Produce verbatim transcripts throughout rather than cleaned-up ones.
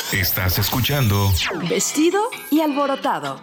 Estás escuchando Vestido y Alborotado.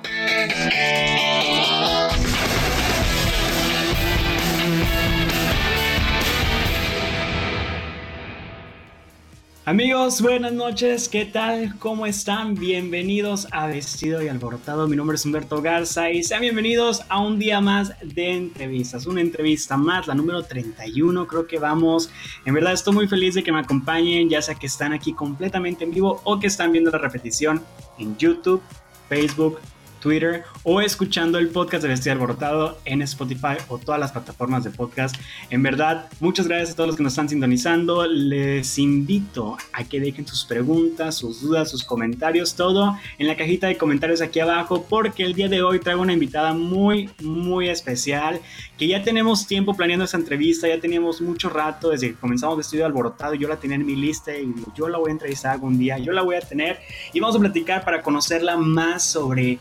Amigos, buenas noches, ¿qué tal? ¿Cómo están? Bienvenidos a Vestido y Alborotado. Mi nombre es Humberto Garza y sean bienvenidos a un día más de entrevistas. Una entrevista más, la número treinta y uno, creo que vamos. En verdad estoy muy feliz de que me acompañen, ya sea que están aquí completamente en vivo o que están viendo la repetición en YouTube, Facebook, Twitter o escuchando el podcast de Vestido y Alborotado en Spotify o todas las plataformas de podcast. En verdad, muchas gracias a todos los que nos están sintonizando. Les invito a que dejen sus preguntas, sus dudas, sus comentarios, todo en la cajita de comentarios aquí abajo, porque el día de hoy traigo una invitada muy, muy especial, que ya tenemos tiempo planeando esta entrevista, ya teníamos mucho rato desde que comenzamos Vestido y Alborotado. Yo la tenía en mi lista y yo la voy a entrevistar algún día, yo la voy a tener y vamos a platicar para conocerla más sobre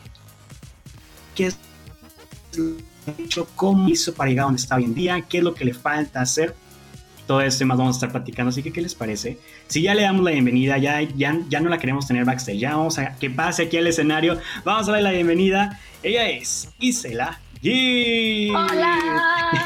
qué es lo que hizo, cómo hizo para llegar a donde está hoy en día, qué es lo que le falta hacer. Todo esto y más vamos a estar platicando, así que ¿qué les parece? Si ya le damos la bienvenida, ya, ya, ya no la queremos tener backstage, ya vamos a que pase aquí al escenario, vamos a darle la bienvenida. Ella es Isela G. ¡Hola!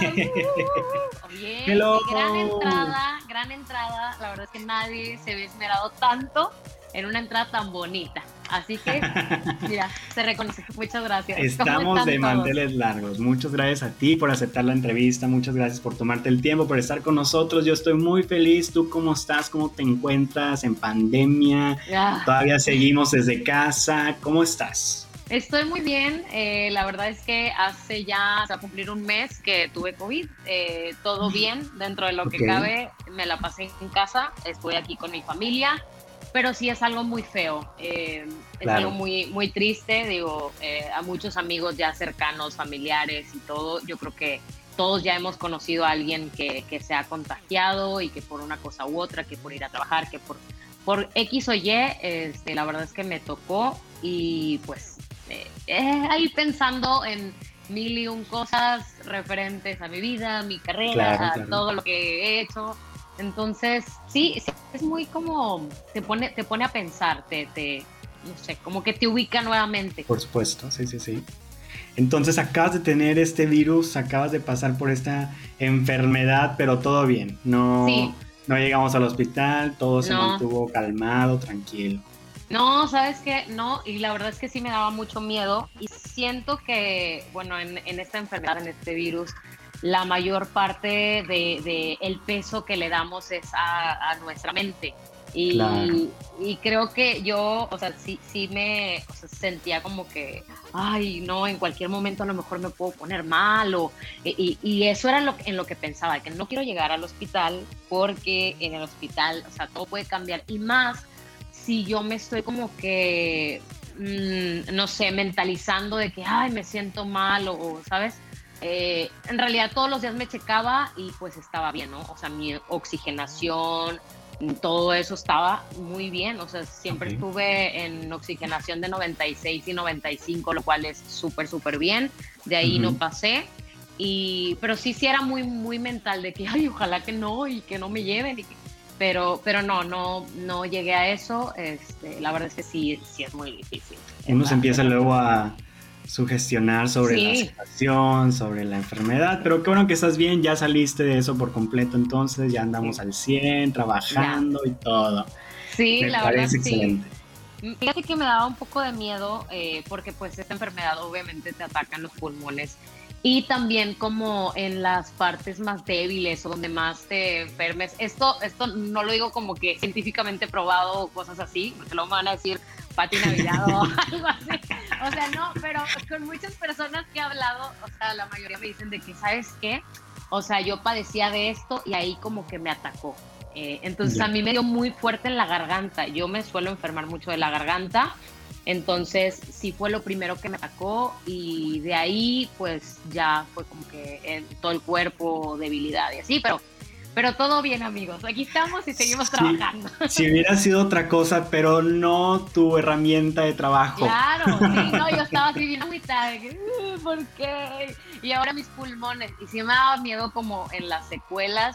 Uh, bien, Hello. Gran entrada, gran entrada. La verdad es que nadie se había esmerado tanto en una entrada tan bonita. Así que, mira, se reconoce. Muchas gracias. Estamos de manteles largos. Muchas gracias a ti por aceptar la entrevista. Muchas gracias por tomarte el tiempo, por estar con nosotros. Yo estoy muy feliz. ¿Tú cómo estás? ¿Cómo te encuentras en pandemia? Ah. Todavía seguimos desde casa. ¿Cómo estás? Estoy muy bien. Eh, la verdad es que hace ya, se va a cumplir un mes que tuve COVID. Eh, todo bien, dentro de lo Okay. que cabe. Me la pasé en casa. Estoy aquí con mi familia. Pero sí es algo muy feo, eh, es Claro. algo muy, muy triste, digo, eh, a muchos amigos ya cercanos, familiares y todo, yo creo que todos ya hemos conocido a alguien que, que se ha contagiado y que por una cosa u otra, que por ir a trabajar, que por, por X o Y, este, la verdad es que me tocó y pues eh, eh, ahí pensando en mil y un cosas referentes a mi vida, a mi carrera, Claro, a claro. todo lo que he hecho. Entonces, sí, sí, es muy como, te pone, te pone a pensar, te, te, no sé, como que te ubica nuevamente. Por supuesto, sí, sí, sí. Entonces acabas de tener este virus, acabas de pasar por esta enfermedad, pero todo bien. No, Sí. no llegamos al hospital, todo se No. mantuvo calmado, tranquilo. No, ¿sabes qué? No, y la verdad es que sí me daba mucho miedo y siento que, bueno, en, en esta enfermedad, en este virus, la mayor parte de, de el peso que le damos es a, a nuestra mente. Y, Claro. y creo que yo, o sea, sí, sí me o sea, sentía como que, ay, no, en cualquier momento a lo mejor me puedo poner mal. O, y, y eso era lo, en lo que pensaba, que no quiero llegar al hospital porque en el hospital, o sea, todo puede cambiar. Y más si yo me estoy como que, mmm, no sé, mentalizando de que, ay, me siento mal o, o ¿sabes? Eh, en realidad todos los días me checaba y pues estaba bien, ¿no? O sea, mi oxigenación, todo eso estaba muy bien, o sea, siempre Ok. estuve en oxigenación de noventa y seis y noventa y cinco, lo cual es súper, súper bien, de ahí Ujú. no pasé, y, pero sí, sí era muy, muy mental de que, ay, ojalá que no, y que no me lleven, y que, pero, pero no, no, no llegué a eso, este, la verdad es que sí, sí es muy difícil. Uno se Esta- empieza luego a sugestionar sobre Sí. la situación, sobre la enfermedad, pero qué bueno que estás bien, ya saliste de eso por completo, entonces ya andamos Sí. al cien, trabajando y todo. Sí, Me la parece verdad, sí. excelente. Fíjate que me daba un poco de miedo eh, porque pues esta enfermedad obviamente te ataca en los pulmones y también como en las partes más débiles o donde más te enfermes. Esto, esto no lo digo como que científicamente probado o cosas así, porque luego me van a decir Pati Navidad o algo así. O sea, no, pero con muchas personas que he hablado, o sea, la mayoría me dicen de que, ¿sabes qué? O sea, yo padecía de esto y ahí como que me atacó. Eh, entonces Ya. a mí me dio muy fuerte en la garganta. Yo me suelo enfermar mucho de la garganta. Entonces sí fue lo primero que me atacó y de ahí pues ya fue como que en todo el cuerpo, debilidad y así, pero, pero todo bien, amigos. Aquí estamos y seguimos Sí. trabajando. Si hubiera sido otra cosa, pero no tu herramienta de trabajo. Claro, sí, no, yo estaba así bien agüitada, de que, "Uh, ¿por qué?". Y ahora mis pulmones, y sí me daba miedo como en las secuelas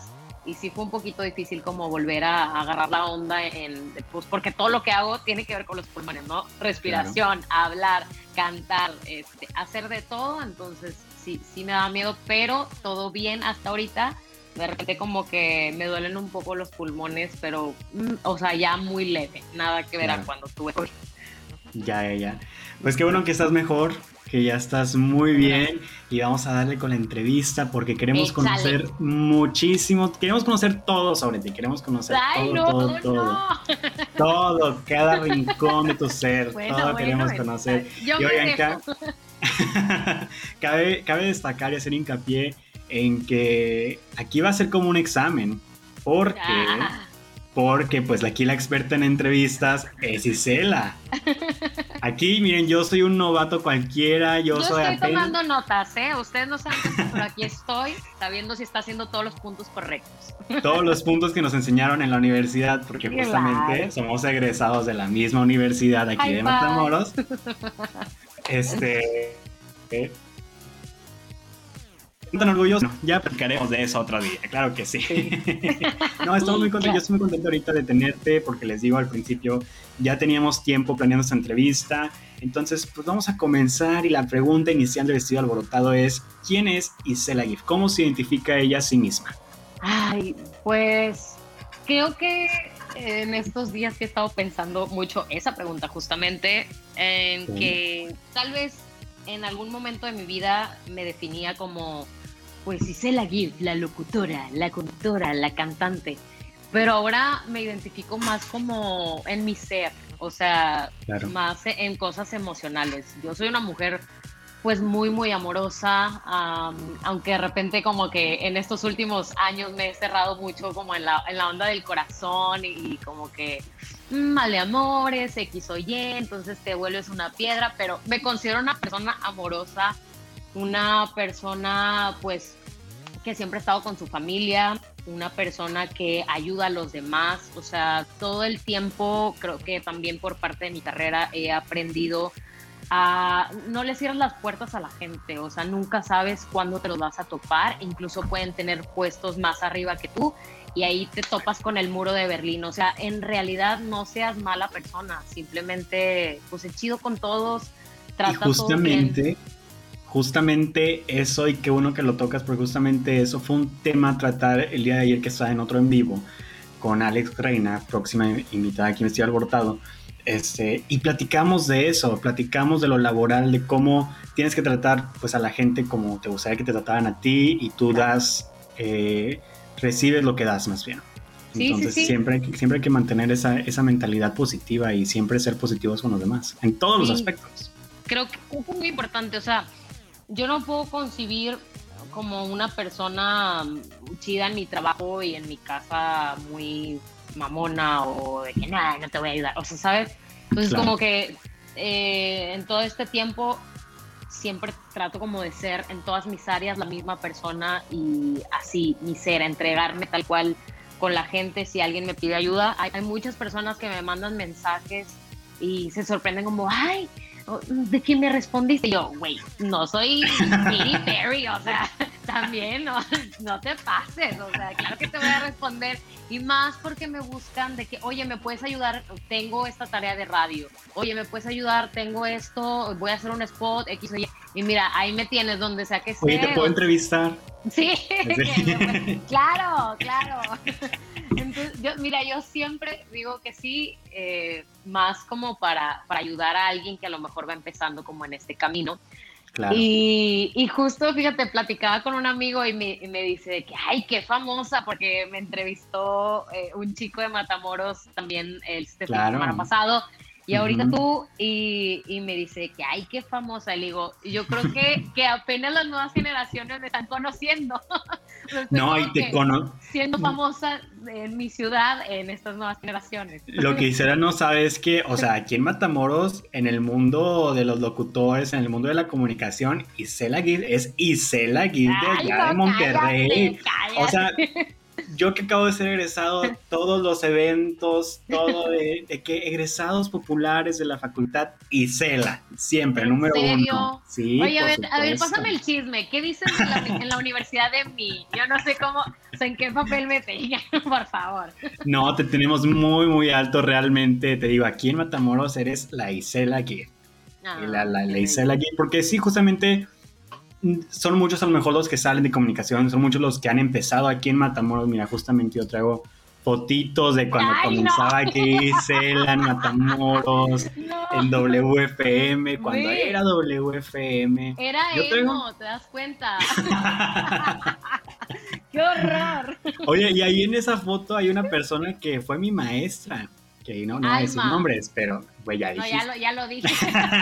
y sí fue un poquito difícil como volver a, a agarrar la onda en, pues porque todo lo que hago tiene que ver con los pulmones, ¿no? Respiración, claro. Hablar, cantar, este, hacer de todo, entonces sí, sí me da miedo, pero todo bien hasta ahorita. De repente como que me duelen un poco los pulmones, pero, mm, o sea, ya muy leve, nada que ver claro. a cuando tuve COVID. Ya, ya, ya. Pues qué bueno que estás mejor, que ya estás muy bien y vamos a darle con la entrevista porque queremos Échale. conocer muchísimo, queremos conocer todo sobre ti, queremos conocer Ay, todo, no, todo, todo, no. todo, cada rincón de tu ser, bueno, todo bueno, queremos bueno, conocer. Yo y me oigan, cabe, cabe destacar y hacer hincapié en que aquí va a ser como un examen, porque... Ah. Porque pues aquí la experta en entrevistas es Isela. Aquí, miren, yo soy un novato cualquiera, yo, yo soy estoy apenas... tomando notas, ¿eh? Ustedes no saben, pero aquí estoy sabiendo si está haciendo todos los puntos correctos. Todos los puntos que nos enseñaron en la universidad, porque Qué justamente vale. somos egresados de la misma universidad aquí High de Matamoros. Este... Eh, tan orgulloso, ya platicaremos de eso otro día, claro que sí. sí. No, estamos muy contentos, yo estoy muy contento ahorita de tenerte, porque les digo al principio, ya teníamos tiempo planeando esta entrevista, entonces pues vamos a comenzar y la pregunta inicial de Vestido Alborotado es, ¿quién es Isela Gift? ¿Cómo se identifica ella a sí misma? Ay, pues creo que en estos días que he estado pensando mucho esa pregunta justamente, en sí. que tal vez en algún momento de mi vida me definía como pues Isela Gift, la locutora, la conductora, la cantante, pero ahora me identifico más como en mi ser, o sea, claro. más en cosas emocionales. Yo soy una mujer pues muy, muy amorosa, um, aunque de repente como que en estos últimos años me he cerrado mucho como en la, en la onda del corazón y, y como que maleamores, X o Y, entonces te vuelves una piedra, pero me considero una persona amorosa, una persona pues que siempre ha estado con su familia, una persona que ayuda a los demás, o sea, todo el tiempo creo que también por parte de mi carrera he aprendido a no le cierres las puertas a la gente, o sea, nunca sabes cuándo te los vas a topar, incluso pueden tener puestos más arriba que tú y ahí te topas con el muro de Berlín, o sea, en realidad no seas mala persona, simplemente pues es chido con todos, trata y justamente, todo bien. Justamente eso, y qué bueno que lo tocas, porque justamente eso fue un tema a tratar el día de ayer que estaba en otro en vivo con Alex Reina, próxima invitada aquí en Vestido Alborotado. Este, y platicamos de eso, platicamos de lo laboral, de cómo tienes que tratar pues a la gente como te gustaría que te trataran a ti y tú das, eh, recibes lo que das más bien. Entonces sí, sí, sí. Siempre, siempre hay que mantener esa, esa mentalidad positiva y siempre ser positivos con los demás, en todos sí. los aspectos. Creo que es muy importante, o sea, yo no puedo concebir como una persona chida en mi trabajo y en mi casa muy mamona o de que nada, no te voy a ayudar, o sea, ¿sabes? Entonces claro. como que eh, en todo este tiempo siempre trato como de ser en todas mis áreas la misma persona y así mi ser, entregarme tal cual con la gente. Si alguien me pide ayuda, hay, hay muchas personas que me mandan mensajes y se sorprenden como, ay, ¿de quién me respondiste? Y yo, güey, no soy Katy Perry, o sea, también no, no te pases, o sea, claro que te voy a responder, y más porque me buscan de que, oye, ¿me puedes ayudar? Tengo esta tarea de radio, oye, ¿me puedes ayudar? Tengo esto, voy a hacer un spot, X o Y, y mira, ahí me tienes donde sea que esté. Oye, ¿te puedo entrevistar? Sí, sí. claro, claro. Entonces, yo, mira, yo siempre digo que sí, eh, más como para, para ayudar a alguien que a lo mejor va empezando como en este camino. Claro. Y, y justo, fíjate, platicaba con un amigo y me, y me dice que, ay, qué famosa, porque me entrevistó eh, un chico de Matamoros también este claro. fin de semana pasado. Y ahorita uh-huh. tú, y, y me dice que, ay, qué famosa. Y le digo, yo creo que, que apenas las nuevas generaciones me están conociendo. No, y te conozco. Siendo famosa en mi ciudad, en estas nuevas generaciones. Lo que Isela no sabe es que, o sea, aquí en Matamoros, en el mundo de los locutores, en el mundo de la comunicación, Isela Gift es Isela Gift de allá no, de Monterrey. Cállate, cállate. O sea, yo que acabo de ser egresado, todos los eventos, todo de, de que egresados populares de la facultad, Isela, siempre, ¿En número serio? uno. Sí, Oye, a por ver, a ver, supuesto. pásame el chisme. ¿Qué dicen en la, en la universidad de mí? Yo no sé cómo, o sea, en qué papel me tengan, por favor. No, te tenemos muy, muy alto realmente. Te digo, aquí en Matamoros eres la Isela Gear. Ah, La, la, qué la bello. Isela Gear, porque sí, justamente mm, son muchos a lo mejor los que salen de comunicación, son muchos los que han empezado aquí en Matamoros. Mira, justamente yo traigo fotitos de cuando Ay, comenzaba no. aquí Isela en Matamoros, No. en W F M, cuando Ve. era W F M. Era Yo traigo... emo, ¿te das cuenta? ¡Qué horror! Oye, y ahí en esa foto hay una persona que fue mi maestra, que no, no voy a decir Alma. nombres, pero pues ya No, dijiste. ya lo, ya lo dije.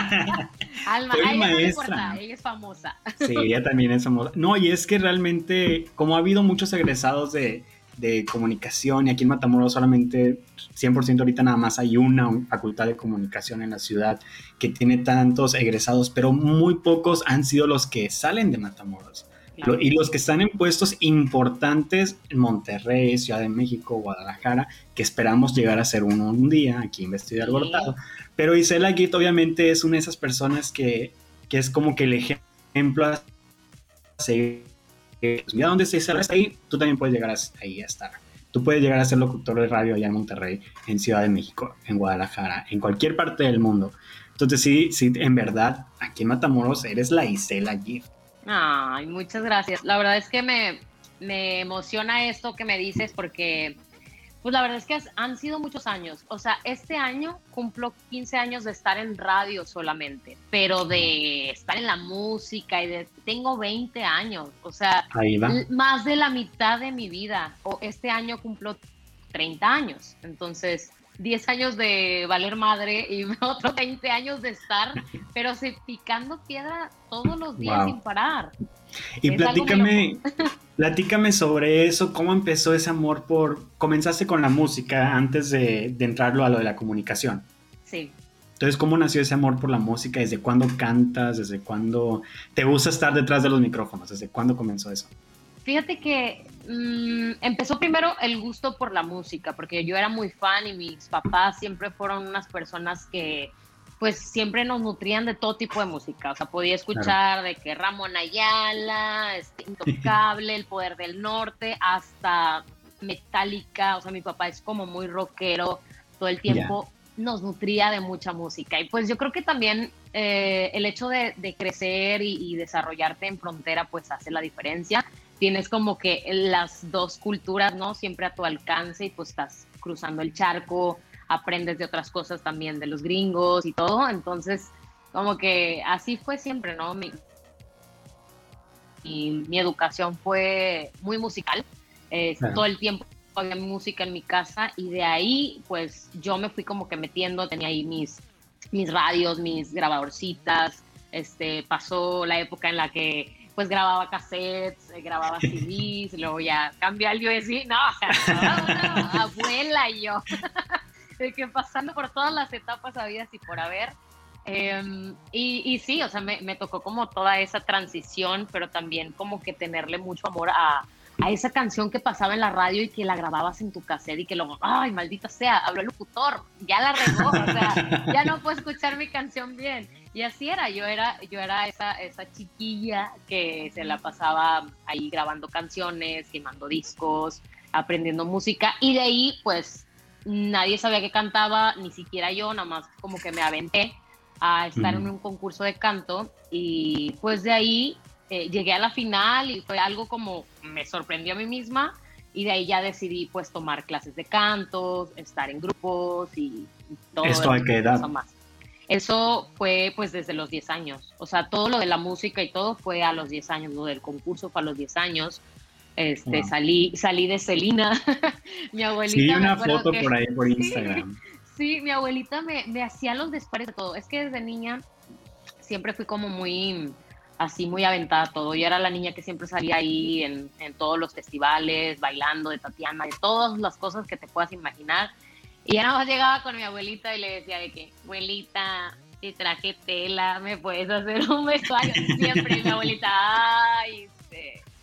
Alma, Fue a mi ella no le maestra. importa, ella es famosa. Sí, ella también es famosa. No, y es que realmente, como ha habido muchos egresados de, de comunicación, y aquí en Matamoros solamente cien por ciento ahorita nada más hay una facultad de comunicación en la ciudad que tiene tantos egresados, pero muy pocos han sido los que salen de Matamoros. Claro. Lo- Y los que están en puestos importantes en Monterrey, Ciudad de México, Guadalajara, que esperamos llegar a ser uno un día aquí en Vestido y Sí. Alborotado. Pero Isela Gift obviamente es una de esas personas que, que es como que el ejemplo a seguir. Pues mira dónde se Isela está ahí, tú también puedes llegar a, ahí a estar. Tú puedes llegar a ser locutor de radio allá en Monterrey, en Ciudad de México, en Guadalajara, en cualquier parte del mundo. Entonces sí, sí, en verdad, aquí en Matamoros eres la Isela Gift. Ay, muchas gracias. La verdad es que me, me emociona esto que me dices porque, pues la verdad es que has- han sido muchos años. O sea, este año cumplo quince años de estar en radio solamente, pero de estar en la música y de... Tengo veinte años, o sea, Ahí va. l- más de la mitad de mi vida. O este año cumplo treinta años, entonces diez años de valer madre y otros veinte años de estar, pero sí, picando piedra todos los días Wow. sin parar. Y Es algo muy platícame, platícame sobre eso, cómo empezó ese amor por... Comenzaste con la música antes de, de entrarlo a lo de la comunicación. Sí. Entonces, ¿cómo nació ese amor por la música? ¿Desde cuándo cantas? ¿Desde cuándo te gusta estar detrás de los micrófonos? ¿Desde cuándo comenzó eso? Fíjate que mmm, empezó primero el gusto por la música, porque yo era muy fan y mis papás siempre fueron unas personas que pues siempre nos nutrían de todo tipo de música. O sea, podía escuchar claro. de que Ramón Ayala, este, Intocable, El Poder del Norte, hasta Metallica. O sea, mi papá es como muy rockero, todo el tiempo yeah. nos nutría de mucha música. Y pues yo creo que también eh, el hecho de, de crecer y, y desarrollarte en frontera pues hace la diferencia. Tienes como que las dos culturas, ¿no? Siempre a tu alcance y pues estás cruzando el charco, aprendes de otras cosas también de los gringos y todo. Entonces, como que así fue siempre, ¿no? Mi, y mi educación fue muy musical. Eh, claro. Todo el tiempo había música en mi casa y de ahí, pues, yo me fui como que metiendo, tenía ahí mis, mis radios, mis grabadorcitas. Este, pasó la época en la que pues grababa cassettes, grababa C Ds, luego ya cambié al U S B, no, o sea, no, no, abuela y yo, de que pasando por todas las etapas habidas y por haber, eh, y, y sí, o sea, me, me tocó como toda esa transición, pero también como que tenerle mucho amor a, a esa canción que pasaba en la radio y que la grababas en tu cassette y que luego, ay, maldita sea, habló el locutor, ya la regó, o sea, ya no puedo escuchar mi canción bien. Y así era, yo era, yo era esa, esa chiquilla que se la pasaba ahí grabando canciones, quemando discos, aprendiendo música, y de ahí pues nadie sabía que cantaba, ni siquiera yo, nada más como que me aventé a estar mm. en un concurso de canto, y pues de ahí eh, llegué a la final y fue algo como, me sorprendió a mí misma, y de ahí ya decidí pues tomar clases de canto, estar en grupos y todo. ¿Esto a qué edad? Más. Eso fue pues desde los diez años, o sea, todo lo de la música y todo fue a los diez años, lo del concurso fue a los diez años, este, wow. salí, salí de Celina, mi abuelita. Sí, una foto que, por ahí por Instagram. Sí, sí mi abuelita me, me hacía los despares de todo, es que desde niña siempre fui como muy, así muy aventada a todo, yo era la niña que siempre salía ahí en, en todos los festivales, bailando de Tatiana, de todas las cosas que te puedas imaginar. Y ya nada más llegaba con mi abuelita y le decía de que, abuelita, te traje tela, ¿me puedes hacer un vestuario? Siempre mi abuelita, ay, se,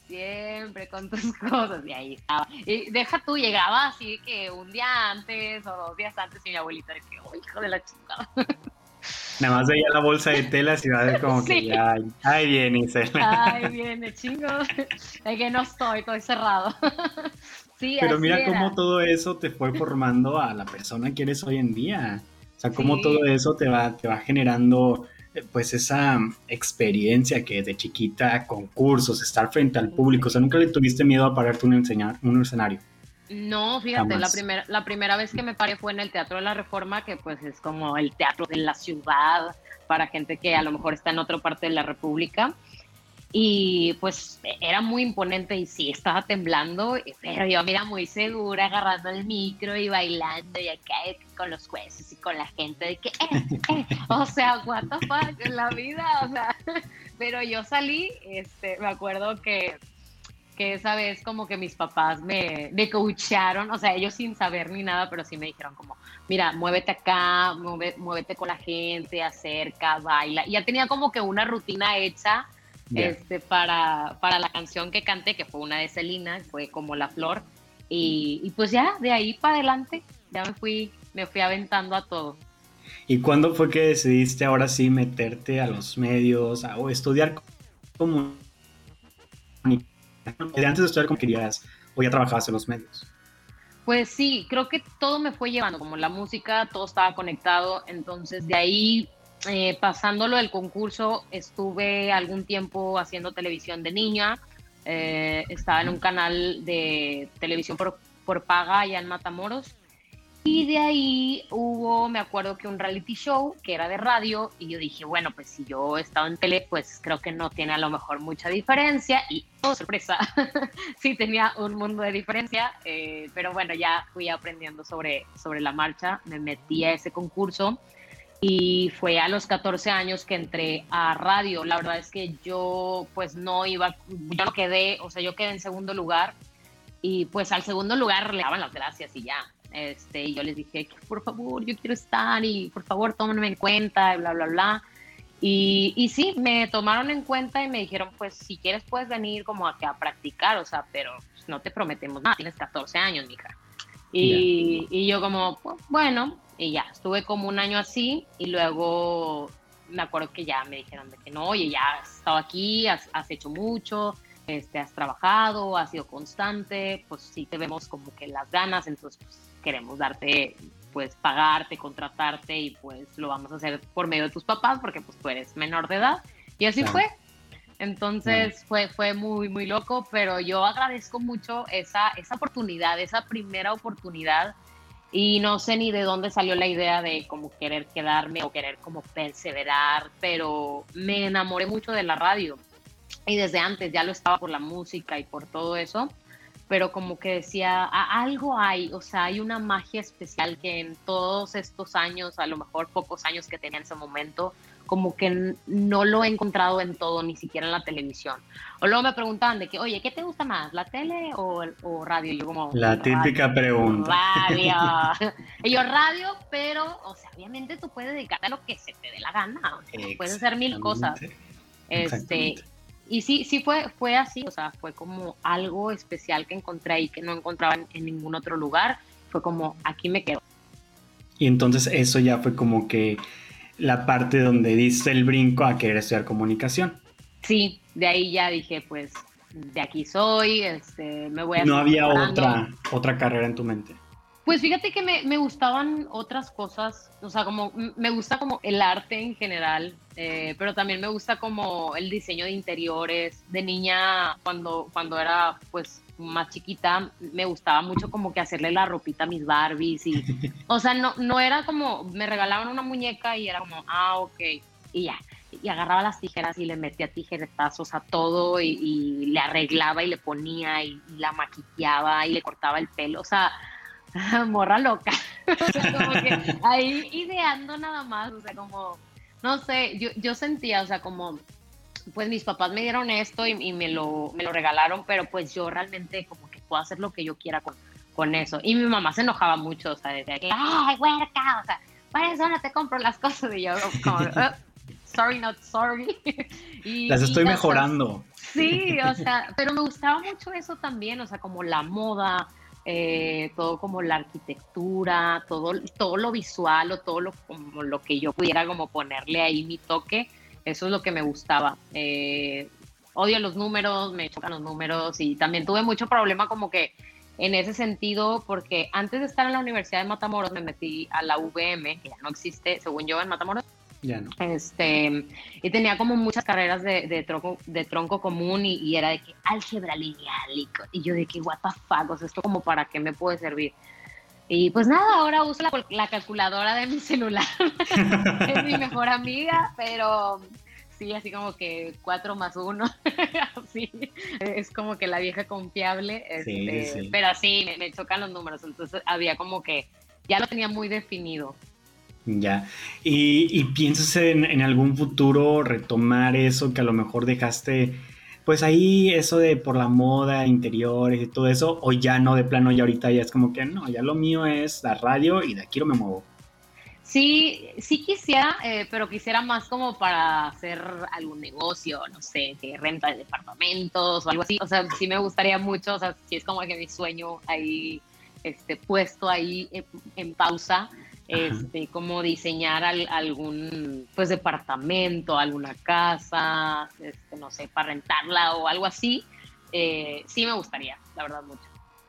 siempre con tus cosas, y ahí estaba. Y deja tú, llegaba así que un día antes o dos días antes y mi abuelita de que, oh, hijo de la chingada. Nada más veía la bolsa de telas y va a ver como que Sí. ya, ahí viene Isela. Ay, viene, chingos. Es que no estoy, estoy cerrado. Sí, Pero así mira era. cómo todo eso te fue formando a la persona que eres hoy en día. O sea, cómo todo Sí. eso te va, te va generando eh, pues esa experiencia que de chiquita, concursos, estar frente al público. O sea, nunca le tuviste miedo a pararte un, enseñar, un escenario. No, fíjate, la Jamás. primera, la primera vez que me paré fue en el Teatro de la Reforma, que pues es como el teatro de la ciudad para gente que a lo mejor está en otra parte de la República. Y pues era muy imponente y sí, estaba temblando, pero yo, mira, muy segura, agarrando el micro y bailando y acá con los jueces y con la gente de que, eh, eh, o sea, what the fuck, en la vida, o sea, pero yo salí, este, me acuerdo que que esa vez como que mis papás me, me coacharon, o sea, ellos sin saber ni nada, pero sí me dijeron como, mira, muévete acá, mueve, muévete con la gente, acerca, baila. Y ya tenía como que una rutina hecha Ya. este, para, para la canción que canté, que fue una de Selena, fue como La Flor. Y, y pues ya, de ahí para adelante, ya me fui, me fui aventando a todo. ¿Y cuándo fue que decidiste ahora sí meterte a los medios a, o estudiar como antes de estudiar como querías o ya trabajabas en los medios? Pues sí, creo que todo me fue llevando, como la música, todo estaba conectado, entonces de ahí, eh, pasándolo del concurso, estuve algún tiempo haciendo televisión de niña, eh, estaba en un canal de televisión por, por paga allá en Matamoros, y de ahí hubo, me acuerdo que un reality show que era de radio y yo dije, bueno, pues si yo he estado en tele, pues creo que no tiene a lo mejor mucha diferencia y, oh, sorpresa, sí tenía un mundo de diferencia, eh, pero bueno, ya fui aprendiendo sobre, sobre la marcha, me metí a ese concurso y fue a los catorce años que entré a radio. La verdad es que yo pues no iba, yo no quedé, o sea, yo quedé en segundo lugar y pues al segundo lugar le daban las gracias y ya. Este, y yo les dije que por favor, yo quiero estar y por favor tómenme en cuenta y bla, bla, bla. Y, y sí, me tomaron en cuenta y me dijeron, pues si quieres puedes venir como a, que a practicar, o sea, pero pues, no te prometemos nada, tienes catorce años, mija. Y, yeah. y yo como, pues, bueno, y ya, estuve como un año así y luego me acuerdo que ya me dijeron de que no, oye, ya has estado aquí, has, has hecho mucho, este, has trabajado, has sido constante, pues sí te vemos como que las ganas, entonces pues queremos darte, pues pagarte, contratarte y pues lo vamos a hacer por medio de tus papás porque pues tú eres menor de edad y así claro. fue. Entonces claro. fue, fue muy, muy loco, pero yo agradezco mucho esa, esa oportunidad, esa primera oportunidad y no sé ni de dónde salió la idea de como querer quedarme o querer como perseverar, pero me enamoré mucho de la radio y desde antes ya lo estaba por la música y por todo eso, pero como que decía, algo hay, o sea, hay una magia especial que en todos estos años, a lo mejor pocos años que tenía en ese momento, como que no lo he encontrado en todo, ni siquiera en la televisión. O luego me preguntaban de que, oye, ¿qué te gusta más, la tele o, o radio? Y yo como... La típica radio, pregunta. Radio. Y yo radio, pero, o sea, obviamente tú puedes dedicarte a lo que se te dé la gana. O sea, puedes hacer mil cosas. Este... Y sí, sí fue, fue así, o sea, fue como algo especial que encontré ahí que no encontraba en, en ningún otro lugar. Fue como, aquí me quedo. Y entonces eso ya fue como que la parte donde diste el brinco a querer estudiar comunicación. Sí, de ahí ya dije, pues, de aquí soy, este, me voy a... ¿No había otra, otra carrera en tu mente? Pues fíjate que me, me gustaban otras cosas, o sea, como me gusta como el arte en general, eh, pero también me gusta como el diseño de interiores. De niña, cuando, cuando era pues más chiquita, me gustaba mucho como que hacerle la ropita a mis Barbies y, o sea, no, no era como, me regalaban una muñeca y era como, ah, ok, y ya, y agarraba las tijeras y le metía tijeretazos a todo y, y le arreglaba y le ponía y, y la maquillaba y le cortaba el pelo, o sea, morra loca, como que ahí ideando nada más, o sea, como, no sé, yo, yo sentía, o sea, como, pues mis papás me dieron esto y, y me, lo, me lo regalaron, pero pues yo realmente como que puedo hacer lo que yo quiera con, con eso, y mi mamá se enojaba mucho, o sea, decía que, ay, huerca, o sea, para eso no te compro las cosas, y yo como, oh, sorry, not sorry. y, las estoy y mejorando. Cosas, Sí, o sea, pero me gustaba mucho eso también, o sea, como la moda, eh, todo como la arquitectura, todo, todo lo visual o todo lo, como lo que yo pudiera como ponerle ahí mi toque, eso es lo que me gustaba. Eh, odio los números, me chocan los números y también tuve mucho problema como que en ese sentido, porque antes de estar en la Universidad de Matamoros me metí a la U V M, que ya no existe, según yo, en Matamoros. Ya no. Este, y tenía como muchas carreras de, de, tronco, de tronco común y, y era de que álgebra lineal y, y yo de que what the fuck, o sea, esto como para qué me puede servir. Y pues nada, ahora uso la, la calculadora de mi celular, es mi mejor amiga, pero sí, así como que cuatro más uno, así, es como que la vieja confiable, Sí, este, sí. pero sí, me, me chocan los números, entonces había como que, ya lo tenía muy definido. Ya. ¿Y, y piensas en, en algún futuro retomar eso que a lo mejor dejaste, pues ahí, eso de por la moda, interiores y todo eso? ¿O ya no, de plano, ya ahorita ya es como que no, ya lo mío es la radio y de aquí no me muevo? Sí, sí quisiera, eh, pero quisiera más como para hacer algún negocio, no sé, que renta de departamentos o algo así. O sea, sí me gustaría mucho, o sea, sí es como que mi sueño ahí, este, puesto ahí en, en pausa, este, como diseñar al, algún, pues, departamento, alguna casa, este, no sé, para rentarla o algo así. Eh, sí me gustaría, la verdad, mucho.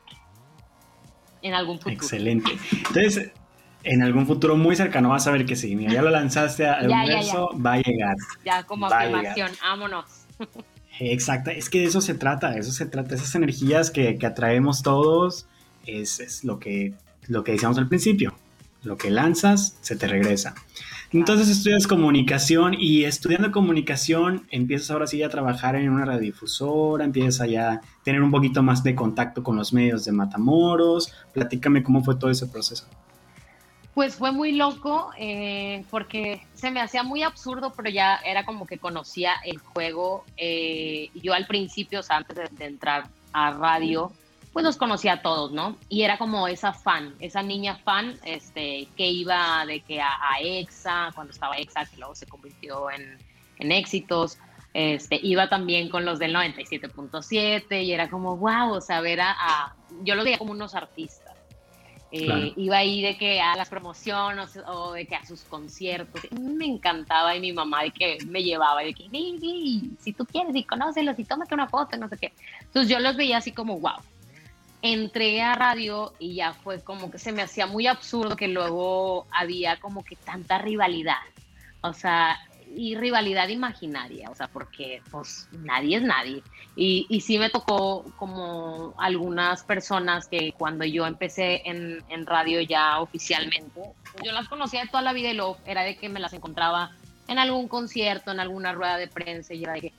En algún futuro. Excelente. Entonces, en algún futuro muy cercano vas a ver que sí, mira, ya lo lanzaste al Ya, ya, universo, va a llegar. Ya como Va a afirmación, llegar. vámonos. Exacto, es que de eso se trata, de eso se trata, esas energías que, que atraemos todos, es, es lo que, lo que decíamos al principio, lo que lanzas se te regresa. Entonces estudias comunicación y estudiando comunicación empiezas ahora sí a trabajar en una radiodifusora, empiezas a ya tener un poquito más de contacto con los medios de Matamoros. Platícame cómo fue todo ese proceso. Pues fue muy loco eh, porque se me hacía muy absurdo, pero ya era como que conocía el juego. Eh, yo al principio, o sea, antes de, de entrar a radio, pues los conocía a todos, ¿no? Y era como esa fan, esa niña fan este, que iba de que a, a EXA, cuando estaba EXA, que luego se convirtió en, en Éxitos. Este, iba también con los del noventa y siete punto siete y era como, wow, o sea, ver a, a yo lo veía como unos artistas. Eh, Claro. Iba ahí de que a las promociones o de que a sus conciertos, me encantaba y mi mamá de que me llevaba de que, di, di, si tú quieres y conócelos y tómate una foto, no sé qué. Entonces yo los veía así como, wow. Entré a radio y ya fue como que se me hacía muy absurdo que luego había como que tanta rivalidad, o sea, y rivalidad imaginaria, o sea, porque pues nadie es nadie. Y, y sí me tocó como algunas personas que cuando yo empecé en, en radio ya oficialmente, pues yo las conocía de toda la vida y luego era de que me las encontraba en algún concierto, en alguna rueda de prensa y era de que,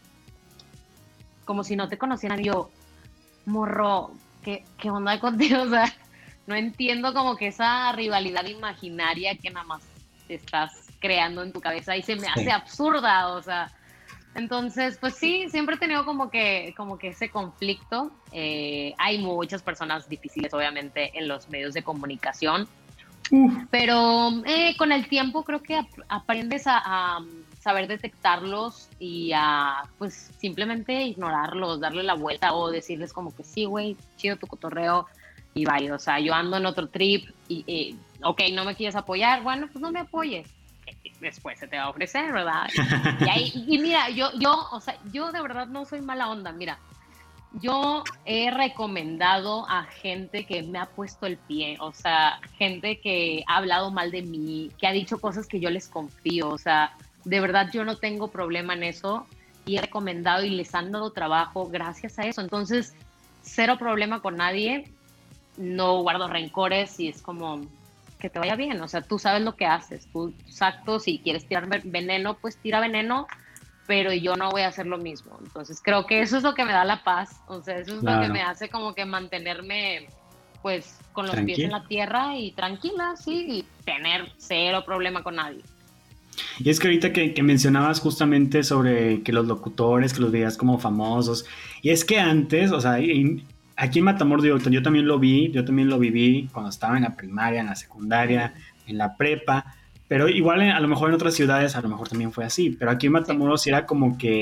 como si no te conocieran, yo, morro, ¿qué, qué onda contigo? O sea, no entiendo como que esa rivalidad imaginaria que nada más estás creando en tu cabeza y se me hace Sí. absurda, o sea, entonces, pues sí, siempre he tenido como que, como que ese conflicto. Eh, hay muchas personas difíciles, obviamente, en los medios de comunicación, Uf. pero eh, con el tiempo creo que ap aprendes a, a saber detectarlos y a, pues, simplemente ignorarlos, darle la vuelta o decirles como que sí, güey, chido tu cotorreo y vaya, o sea, yo ando en otro trip y, y, ok, no me quieres apoyar, bueno, pues no me apoyes. Después se te va a ofrecer, ¿verdad? Y, ahí, y mira, yo, yo, o sea, yo de verdad no soy mala onda, mira, yo he recomendado a gente que me ha puesto el pie, o sea, gente que ha hablado mal de mí, que ha dicho cosas que yo les confío, o sea, de verdad yo no tengo problema en eso y he recomendado y les han dado trabajo gracias a eso, entonces, cero problema con nadie, no guardo rencores y es como que te vaya bien, o sea, tú sabes lo que haces, tú, exacto, si quieres tirar veneno, pues tira veneno, pero yo no voy a hacer lo mismo, entonces creo que eso es lo que me da la paz, o sea, eso es Claro. lo que me hace como que mantenerme, pues, con los Tranquila. pies en la tierra y tranquila, sí, y tener cero problema con nadie. Y es que ahorita que, que mencionabas justamente sobre que los locutores, que los veías como famosos, y es que antes, o sea, y, aquí en Matamoros, yo, yo también lo vi, yo también lo viví cuando estaba en la primaria, en la secundaria, en la prepa, pero igual a lo mejor en otras ciudades a lo mejor también fue así, pero aquí en Matamoros sí. Era como que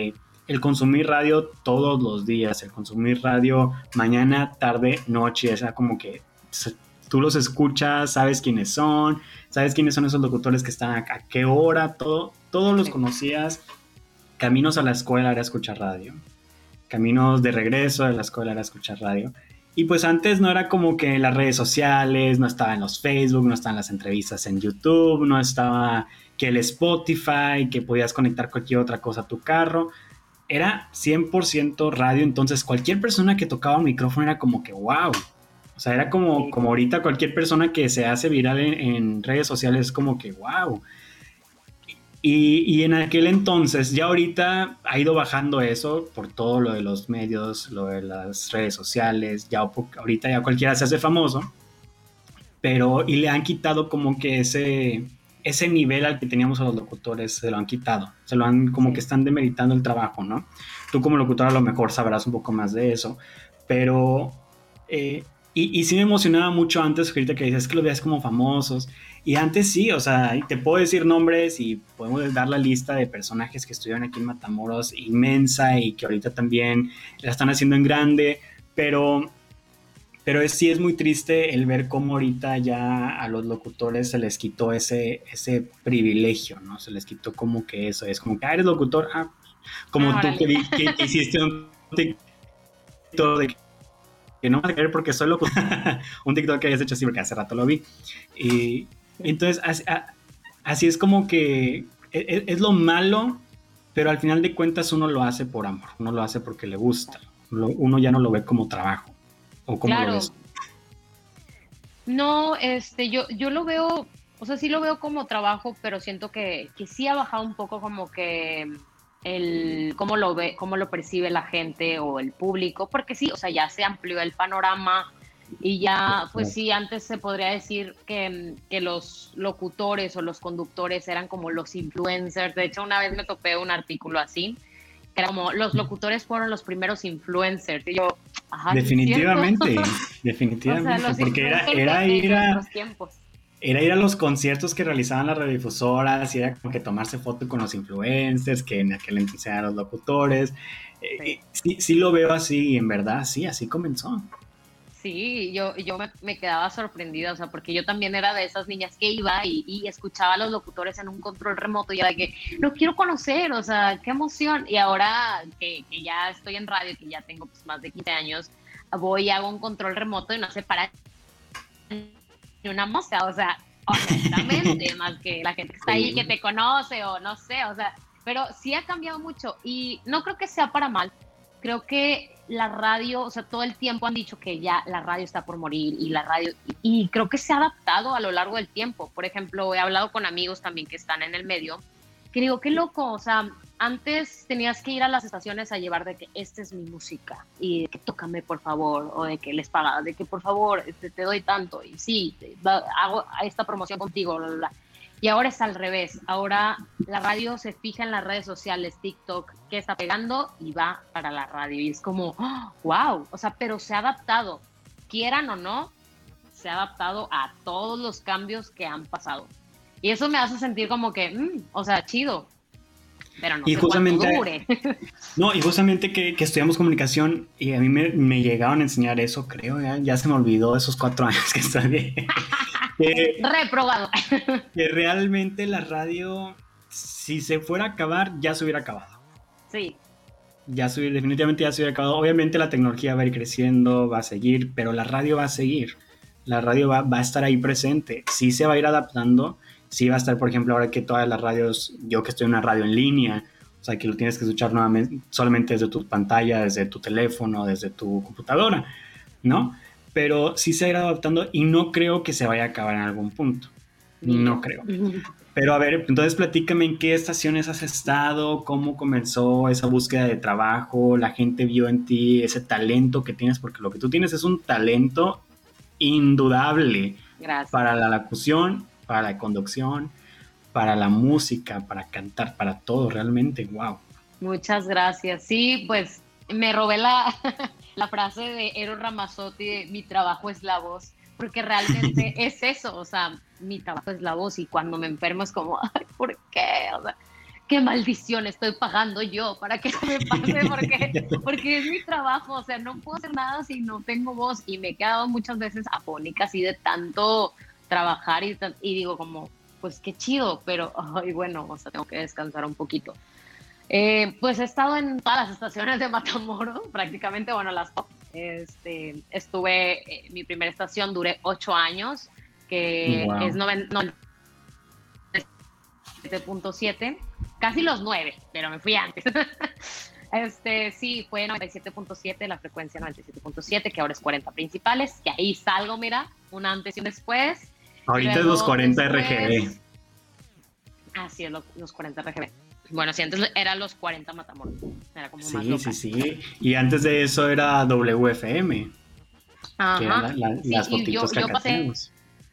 el consumir radio todos los días, el consumir radio mañana, tarde, noche, o sea, como que tú los escuchas, sabes quiénes son, sabes quiénes son esos locutores que están a, a qué hora, todo, todos los conocías. Caminos a la escuela era escuchar radio, caminos de regreso de la escuela era escuchar radio. Y pues antes no era como que las redes sociales, no estaba en los Facebook, no estaban las entrevistas en YouTube, no estaba que el Spotify, que podías conectar cualquier otra cosa a tu carro. Era cien por ciento radio, entonces cualquier persona que tocaba un micrófono era como que wow. O sea, era como, sí. como ahorita cualquier persona que se hace viral en, en redes sociales es como que wow. Y, y en aquel entonces, ya ahorita ha ido bajando eso por todo lo de los medios, lo de las redes sociales, ya ahorita ya cualquiera se hace famoso, pero y le han quitado como que ese, ese nivel al que teníamos a los locutores, se lo han quitado, se lo han como sí. que están demeritando el trabajo, ¿no? Tú como locutor a lo mejor sabrás un poco más de eso, pero... Eh, Y, y sí me emocionaba mucho antes, ahorita que dices que los veías como famosos. Y antes sí, o sea, te puedo decir nombres y podemos dar la lista de personajes que estuvieron aquí en Matamoros inmensa y que ahorita también la están haciendo en grande. Pero, pero es, sí es muy triste el ver cómo ahorita ya a los locutores se les quitó ese, ese privilegio, ¿no? Se les quitó como que eso, es como que, ah, eres locutor, ah, como ah, tú que, que, que hiciste un TikTok de que no vas a creer porque soy loco. Un TikTok que hayas hecho así porque hace rato lo vi. Y entonces así, así es como que es, es lo malo, pero al final de cuentas uno lo hace por amor, uno lo hace porque le gusta, uno ya no lo ve como trabajo. ¿O cómo claro. lo ves? No, este, yo, yo lo veo, o sea, sí lo veo como trabajo, pero siento que, que sí ha bajado un poco como que el cómo lo ve, cómo lo percibe la gente o el público, porque sí, o sea, ya se amplió el panorama y ya, pues sí, antes se podría decir que, que los locutores o los conductores eran como los influencers. De hecho, una vez me topé un artículo así, que era como, los locutores fueron los primeros influencers, y yo, ajá, definitivamente, definitivamente, o sea, porque era, era ir a... los tiempos. Era ir a los conciertos que realizaban las radiodifusoras, y era como que tomarse foto con los influencers, que en aquel entonces eran los locutores. Sí. Eh, sí, sí lo veo así, en verdad, sí, así comenzó. Sí, yo, yo me, me quedaba sorprendida, o sea, porque yo también era de esas niñas que iba y, y escuchaba a los locutores en un control remoto y era de que, lo quiero conocer, o sea, qué emoción. Y ahora que, que ya estoy en radio, que ya tengo pues, más de quince años, voy y hago un control remoto y no sé para ni una mosca, o sea, honestamente, más que la gente que está ahí que te conoce o no sé, o sea, pero sí ha cambiado mucho y no creo que sea para mal. Creo que la radio, o sea, todo el tiempo han dicho que ya la radio está por morir y la radio, y, y creo que se ha adaptado a lo largo del tiempo. Por ejemplo, he hablado con amigos también que están en el medio, que digo, qué loco, o sea, antes tenías que ir a las estaciones a llevar de que esta es mi música y de que tócame por favor, o de que les pagaba, de que por favor te, te doy tanto y sí, te, da, hago esta promoción contigo, bla, bla, bla. Y ahora es al revés, ahora la radio se fija en las redes sociales, TikTok, qué está pegando y va para la radio. Y es como, oh, wow, o sea, pero se ha adaptado, quieran o no, se ha adaptado a todos los cambios que han pasado. Y eso me hace sentir como que, mmm, o sea, chido, pero no y sé justamente, cuánto dure. No, y justamente que, que estudiamos comunicación y a mí me, me llegaron a enseñar eso, creo, ya, ya se me olvidó esos cuatro años que estudié. Que, reprobado. Que realmente la radio, si se fuera a acabar, ya se hubiera acabado. Sí. Ya se, definitivamente ya se hubiera acabado. Obviamente la tecnología va a ir creciendo, va a seguir, pero la radio va a seguir. La radio va, va a estar ahí presente. Sí se va a ir adaptando. Sí va a estar, por ejemplo, ahora que todas las radios, yo que estoy en una radio en línea, o sea, que lo tienes que escuchar nuevamente, solamente desde tu pantalla, desde tu teléfono, desde tu computadora, ¿no? Pero sí se va a ir adaptando y no creo que se vaya a acabar en algún punto. No creo. Pero a ver, entonces platícame en qué estaciones has estado, cómo comenzó esa búsqueda de trabajo, la gente vio en ti ese talento que tienes, porque lo que tú tienes es un talento indudable. Gracias. Para la locución, para la conducción, para la música, para cantar, para todo, realmente, wow. Muchas gracias. Sí, pues me robé la... la frase de Eros Ramazzotti de mi trabajo es la voz, porque realmente es eso, o sea, mi trabajo es la voz y cuando me enfermo es como, ay, ¿por qué? O sea, qué maldición estoy pagando yo para que se me pase, porque, porque es mi trabajo, o sea, no puedo hacer nada si no tengo voz, y me he quedado muchas veces afónica así de tanto trabajar y, y digo como, pues qué chido, pero ay, bueno, o sea, tengo que descansar un poquito. Eh, pues he estado en todas las estaciones de Matamoros, prácticamente, bueno, las top. Este, estuve, eh, mi primera estación duré ocho años, que Wow. es noventa y siete punto siete, casi los nueve, pero me fui antes. Este, sí, fue noventa y siete punto siete, la frecuencia noventa y siete punto siete, que ahora es cuarenta principales, que ahí salgo, mira, un antes y un después. Ahorita es Luego, los cuarenta después, R G B. Así es, lo, los cuarenta R G B. Bueno, sí, antes eran los cuarenta Matamoros. Era como más Sí, local. sí, sí. Y antes de eso era W F M. Ajá. Que eran la, la, Sí, las y fotitos yo, que yo acá pasé, tenemos.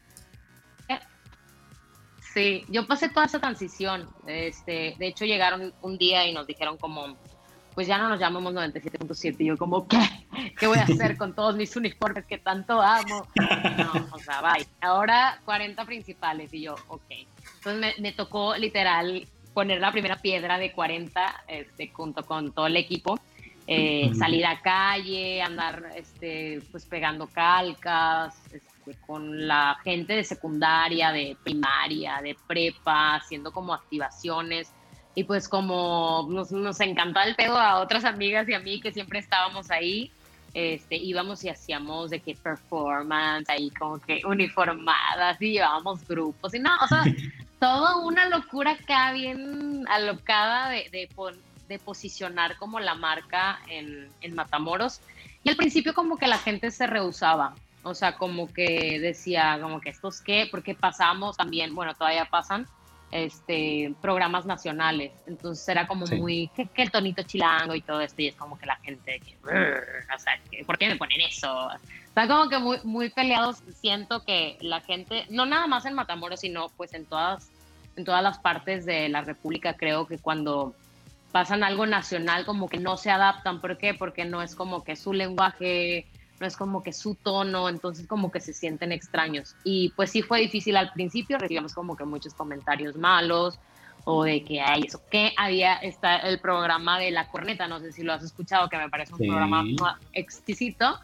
sí, yo pasé toda esa transición. Este, de hecho, llegaron un día y nos dijeron como, pues ya no nos llamamos noventa y siete punto siete. Y yo como, ¿qué? ¿Qué voy a hacer con todos mis uniformes que tanto amo? No, o sea, bye. Ahora cuarenta principales. Y yo, ok. Entonces me, me tocó literal poner la primera piedra de cuarenta, este, junto con todo el equipo. Eh, Ujú. Salir a calle, andar este, pues pegando calcas, este, con la gente de secundaria, de primaria, de prepa, haciendo como activaciones. Y pues como nos, nos encantaba el pedo a otras amigas y a mí que siempre estábamos ahí, este, íbamos y hacíamos de que performance, ahí como que uniformadas, y llevábamos grupos, y no, o sea, toda una locura acá bien alocada de, de, de posicionar como la marca en, en Matamoros. Y al principio como que la gente se rehusaba, o sea, como que decía, como que estos qué, porque pasamos también, bueno, todavía pasan, este, programas nacionales, entonces era como sí. muy, que, que el tonito chilango y todo esto, y es como que la gente, que, o sea, ¿por qué me ponen eso? Están como que muy, muy peleados. Siento que la gente, no nada más en Matamoros, sino pues en todas, en todas las partes de la República, creo que cuando pasan algo nacional como que no se adaptan. ¿Por qué? Porque no es como que su lenguaje, no es como que su tono, entonces como que se sienten extraños. Y pues sí fue difícil al principio, recibíamos como que muchos comentarios malos, o de que hay eso, que había está el programa de La Corneta, no sé si lo has escuchado, que me parece un sí. programa exquisito.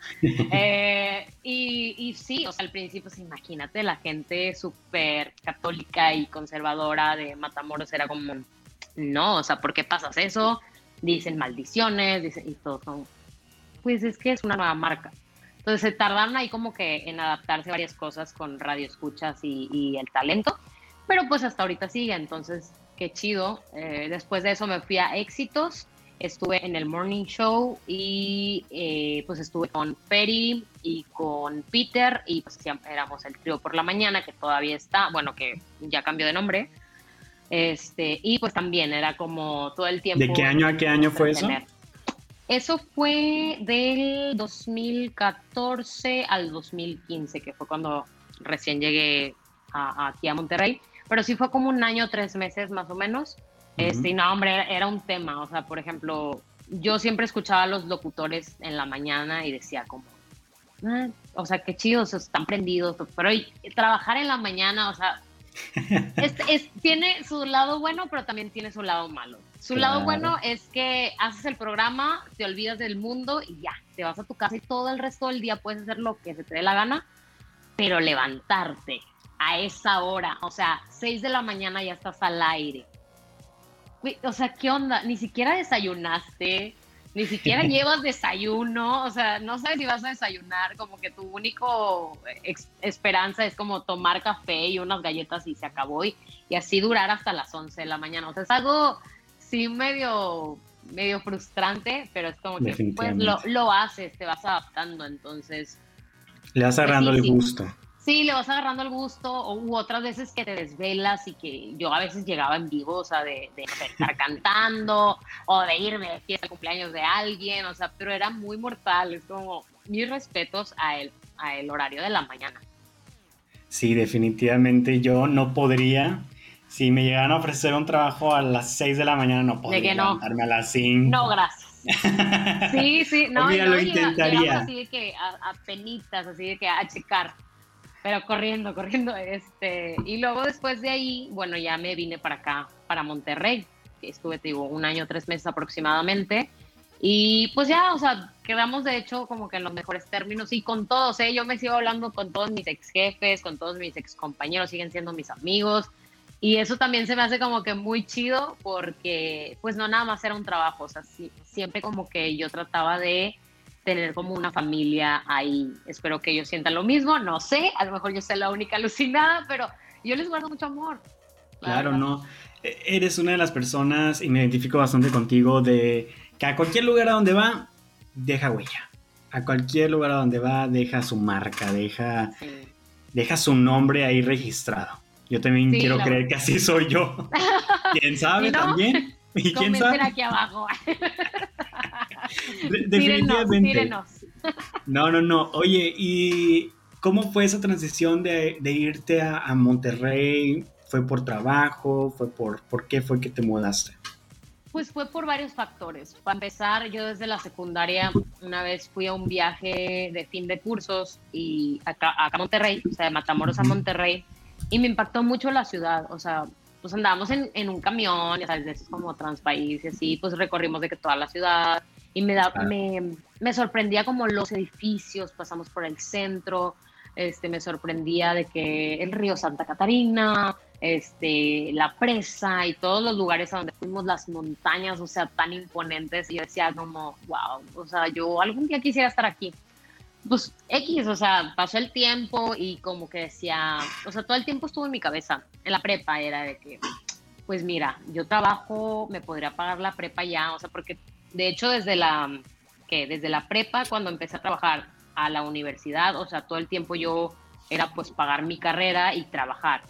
eh, y, y sí, o sea, al principio, pues, imagínate, la gente súper católica y conservadora de Matamoros era como, no, o sea, ¿por qué pasas eso? Dicen maldiciones, dicen, y todo son, pues es que es una nueva marca. Entonces se tardaron ahí como que en adaptarse varias cosas con radio escuchas y, y el talento, pero pues hasta ahorita sigue, entonces qué chido. Eh, después de eso me fui a Éxitos, estuve en el Morning Show y eh, pues estuve con Peri y con Peter, y pues siempre éramos el trío por la mañana, que todavía está, bueno, que ya cambió de nombre. Este, y pues también era como todo el tiempo. ¿De qué año a qué año fue eso? Eso fue del dos mil catorce al dos mil quince, que fue cuando recién llegué a, a, aquí a Monterrey. Pero sí fue como un año, tres meses más o menos. Uh-huh. Este, y no, hombre, era un tema. O sea, por ejemplo, yo siempre escuchaba a los locutores en la mañana y decía como, ah, o sea, qué chidos, están prendidos. Pero y, trabajar en la mañana, o sea, es, es, tiene su lado bueno, pero también tiene su lado malo. Su claro. lado bueno es que haces el programa, te olvidas del mundo y ya, te vas a tu casa y todo el resto del día puedes hacer lo que se te dé la gana, pero levantarte a esa hora, o sea, seis de la mañana ya estás al aire. O sea, ¿qué onda? Ni siquiera desayunaste, ni siquiera llevas desayuno, o sea, no sabes si vas a desayunar, como que tu único ex- esperanza es como tomar café y unas galletas y se acabó, y, y así durar hasta las once de la mañana. O sea, es algo, sí, medio, medio frustrante, pero es como que pues lo, lo haces, te vas adaptando, entonces... Le vas agarrando pues, sí, el sí. gusto. Sí, le vas agarrando el gusto, o, u otras veces que te desvelas y que yo a veces llegaba en vivo, o sea, de, de, de estar cantando o de irme de fiesta al cumpleaños de alguien, o sea, pero era muy mortal, es como mis respetos a el, a el horario de la mañana. Sí, definitivamente yo no podría, si me llegaran a ofrecer un trabajo a las seis de la mañana, no podría no? levantarme a las cinco. No, gracias. Sí, sí, no, Obvio, no lo intentaría. Llegamos así de que a, a penitas, así de que a checar. Pero corriendo, corriendo, este, y luego después de ahí, bueno, ya me vine para acá, para Monterrey. estuve, te digo, un año, tres meses aproximadamente. Y pues ya, o sea, quedamos de hecho como que en los mejores términos y con todos, ¿eh? Yo me sigo hablando con todos mis ex jefes, con todos mis ex compañeros, siguen siendo mis amigos. Y eso también se me hace como que muy chido porque pues no nada más era un trabajo, o sea, sí, siempre como que yo trataba de tener como una familia ahí. Espero que ellos sientan lo mismo, no sé, a lo mejor yo soy la única alucinada, pero yo les guardo mucho amor. Claro, no. Eres una de las personas, y me identifico bastante contigo, de que a cualquier lugar a donde va, deja huella. A cualquier lugar a donde va, deja su marca, deja, sí. deja su nombre ahí registrado. Yo también sí, quiero creer verdad. que así soy yo. ¿Quién sabe ¿Sí, no? también? ¿Y quién sabe? aquí abajo. De- definitivamente. Tírenos, tírenos. No, no, no. Oye, ¿y cómo fue esa transición de, de irte a, a Monterrey? ¿Fue por trabajo? ¿Fue por, por qué fue que te mudaste? Pues fue por varios factores. Para empezar, yo desde la secundaria una vez fui a un viaje de fin de cursos y acá, acá a Monterrey, o sea, de Matamoros a Monterrey, y me impactó mucho la ciudad. O sea, pues andábamos en, en un camión, ya sabes, de esos como Transpaís y así, pues recorrimos de que toda la ciudad y me, da, claro. me, me sorprendía como los edificios, pasamos por el centro, este, me sorprendía de que el río Santa Catarina, este, la presa y todos los lugares a donde fuimos, las montañas, o sea, tan imponentes, y yo decía como, wow, o sea, yo algún día quisiera estar aquí. Pues X, o sea, pasó el tiempo y como que decía, o sea, todo el tiempo estuvo en mi cabeza, en la prepa era de que, pues mira, yo trabajo, me podría pagar la prepa ya, o sea, porque de hecho desde la, ¿qué? Desde la prepa, cuando empecé a trabajar a la universidad, o sea, todo el tiempo yo era pues pagar mi carrera y trabajar.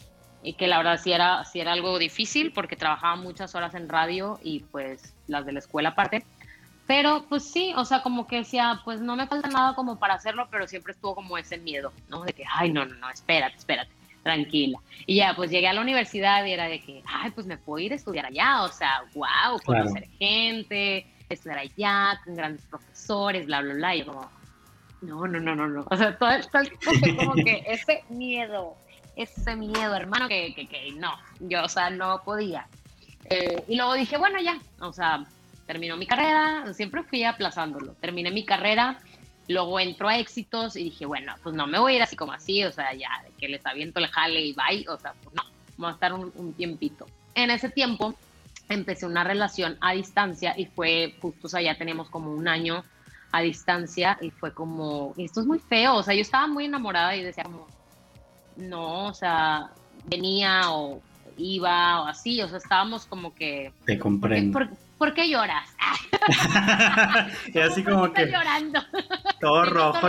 Y que la verdad sí era, sí era algo difícil porque trabajaba muchas horas en radio y pues las de la escuela aparte. Pero pues sí, o sea, como que decía, pues no me falta nada como para hacerlo, pero siempre estuvo como ese miedo, ¿no? De que, ay, no, no, no, espérate, espérate, tranquila. Y ya, pues llegué a la universidad y era de que, ay, pues me puedo ir a estudiar allá, o sea, wow, conocer claro. gente, estudiar allá con grandes profesores, bla, bla, bla. Y yo como, no, no, no, no, no. O sea, todo el tiempo como que ese miedo, ese miedo, hermano, que, que, que no, yo, o sea, no podía. Eh, y luego dije, bueno, ya, o sea, terminó mi carrera, siempre fui aplazándolo, terminé mi carrera, luego entró a Éxitos y dije, bueno, pues no me voy a ir así como así, o sea, ya, de que les aviento el jale y bye, o sea, pues no, vamos a estar un, un tiempito. En ese tiempo empecé una relación a distancia y fue justo, o sea, ya teníamos como un año a distancia y fue como, esto es muy feo, o sea, yo estaba muy enamorada y decía como, no, o sea, venía o iba o así, o sea, estábamos como que... Te comprendo. ¿Por qué, por, ¿por qué lloras? Y así como que... llorando. Todo rojo.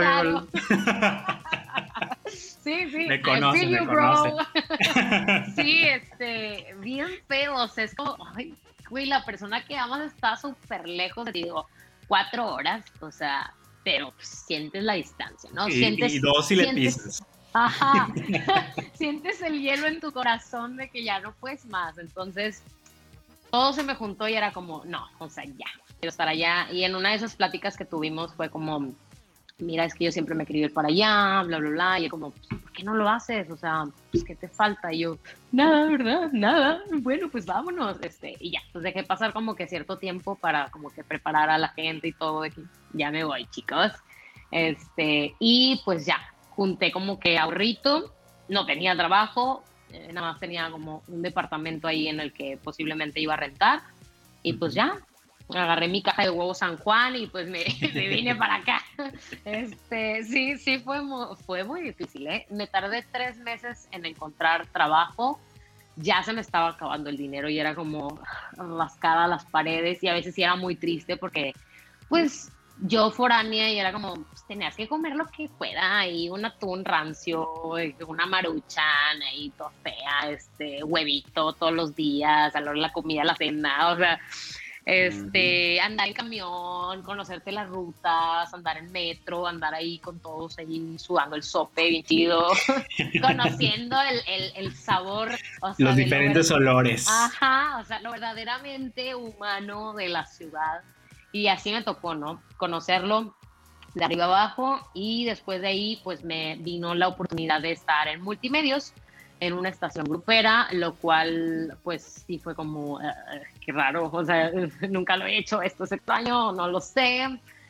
Sí, sí. Me conoce, me you, conoce. Sí, este, bien feo, o sea, es como, ay, güey, la persona que amas está súper lejos, te digo, cuatro horas, o sea, pero pues, sientes la distancia, ¿no? Y, sientes, y dos si sientes, le pisas. Ajá, sientes el hielo en tu corazón de que ya no puedes más, entonces todo se me juntó y era como, no, o sea, ya, quiero estar allá, y en una de esas pláticas que tuvimos fue como, mira, es que yo siempre me quería ir para allá, bla, bla, bla, y yo como, ¿por qué no lo haces? O sea, pues, ¿qué te falta? Y yo, nada, ¿verdad? Nada, bueno, pues vámonos, este, y ya, pues dejé pasar como que cierto tiempo para como que preparar a la gente y todo, de que ya me voy, chicos, este, y pues ya, junté como que ahorrito, no tenía trabajo, eh, nada más tenía como un departamento ahí en el que posiblemente iba a rentar, y pues ya, agarré mi caja de huevos San Juan y pues me, me vine para acá. Este, sí, sí, fue muy, fue muy difícil, ¿eh? Me tardé tres meses en encontrar trabajo, ya se me estaba acabando el dinero y era como rascada las paredes y a veces sí era muy triste porque pues yo foránea y era como, pues, tenías que comer lo que fuera, y un atún rancio, una maruchan, ahí todo fea, este, huevito todos los días, a la hora de la comida, la cena, o sea, este, uh-huh. andar en camión, conocerte las rutas, andar en metro, andar ahí con todos ahí sudando el sope, bien chido, conociendo el, el, el sabor, o sea, los diferentes lo, olores. Ajá, o sea, lo verdaderamente humano de la ciudad. Y así me tocó, ¿no? Conocerlo de arriba abajo, y después de ahí, pues me vino la oportunidad de estar en Multimedios, en una estación grupera, lo cual pues sí fue como, uh, qué raro, o sea, nunca lo he hecho, esto es extraño, no lo sé.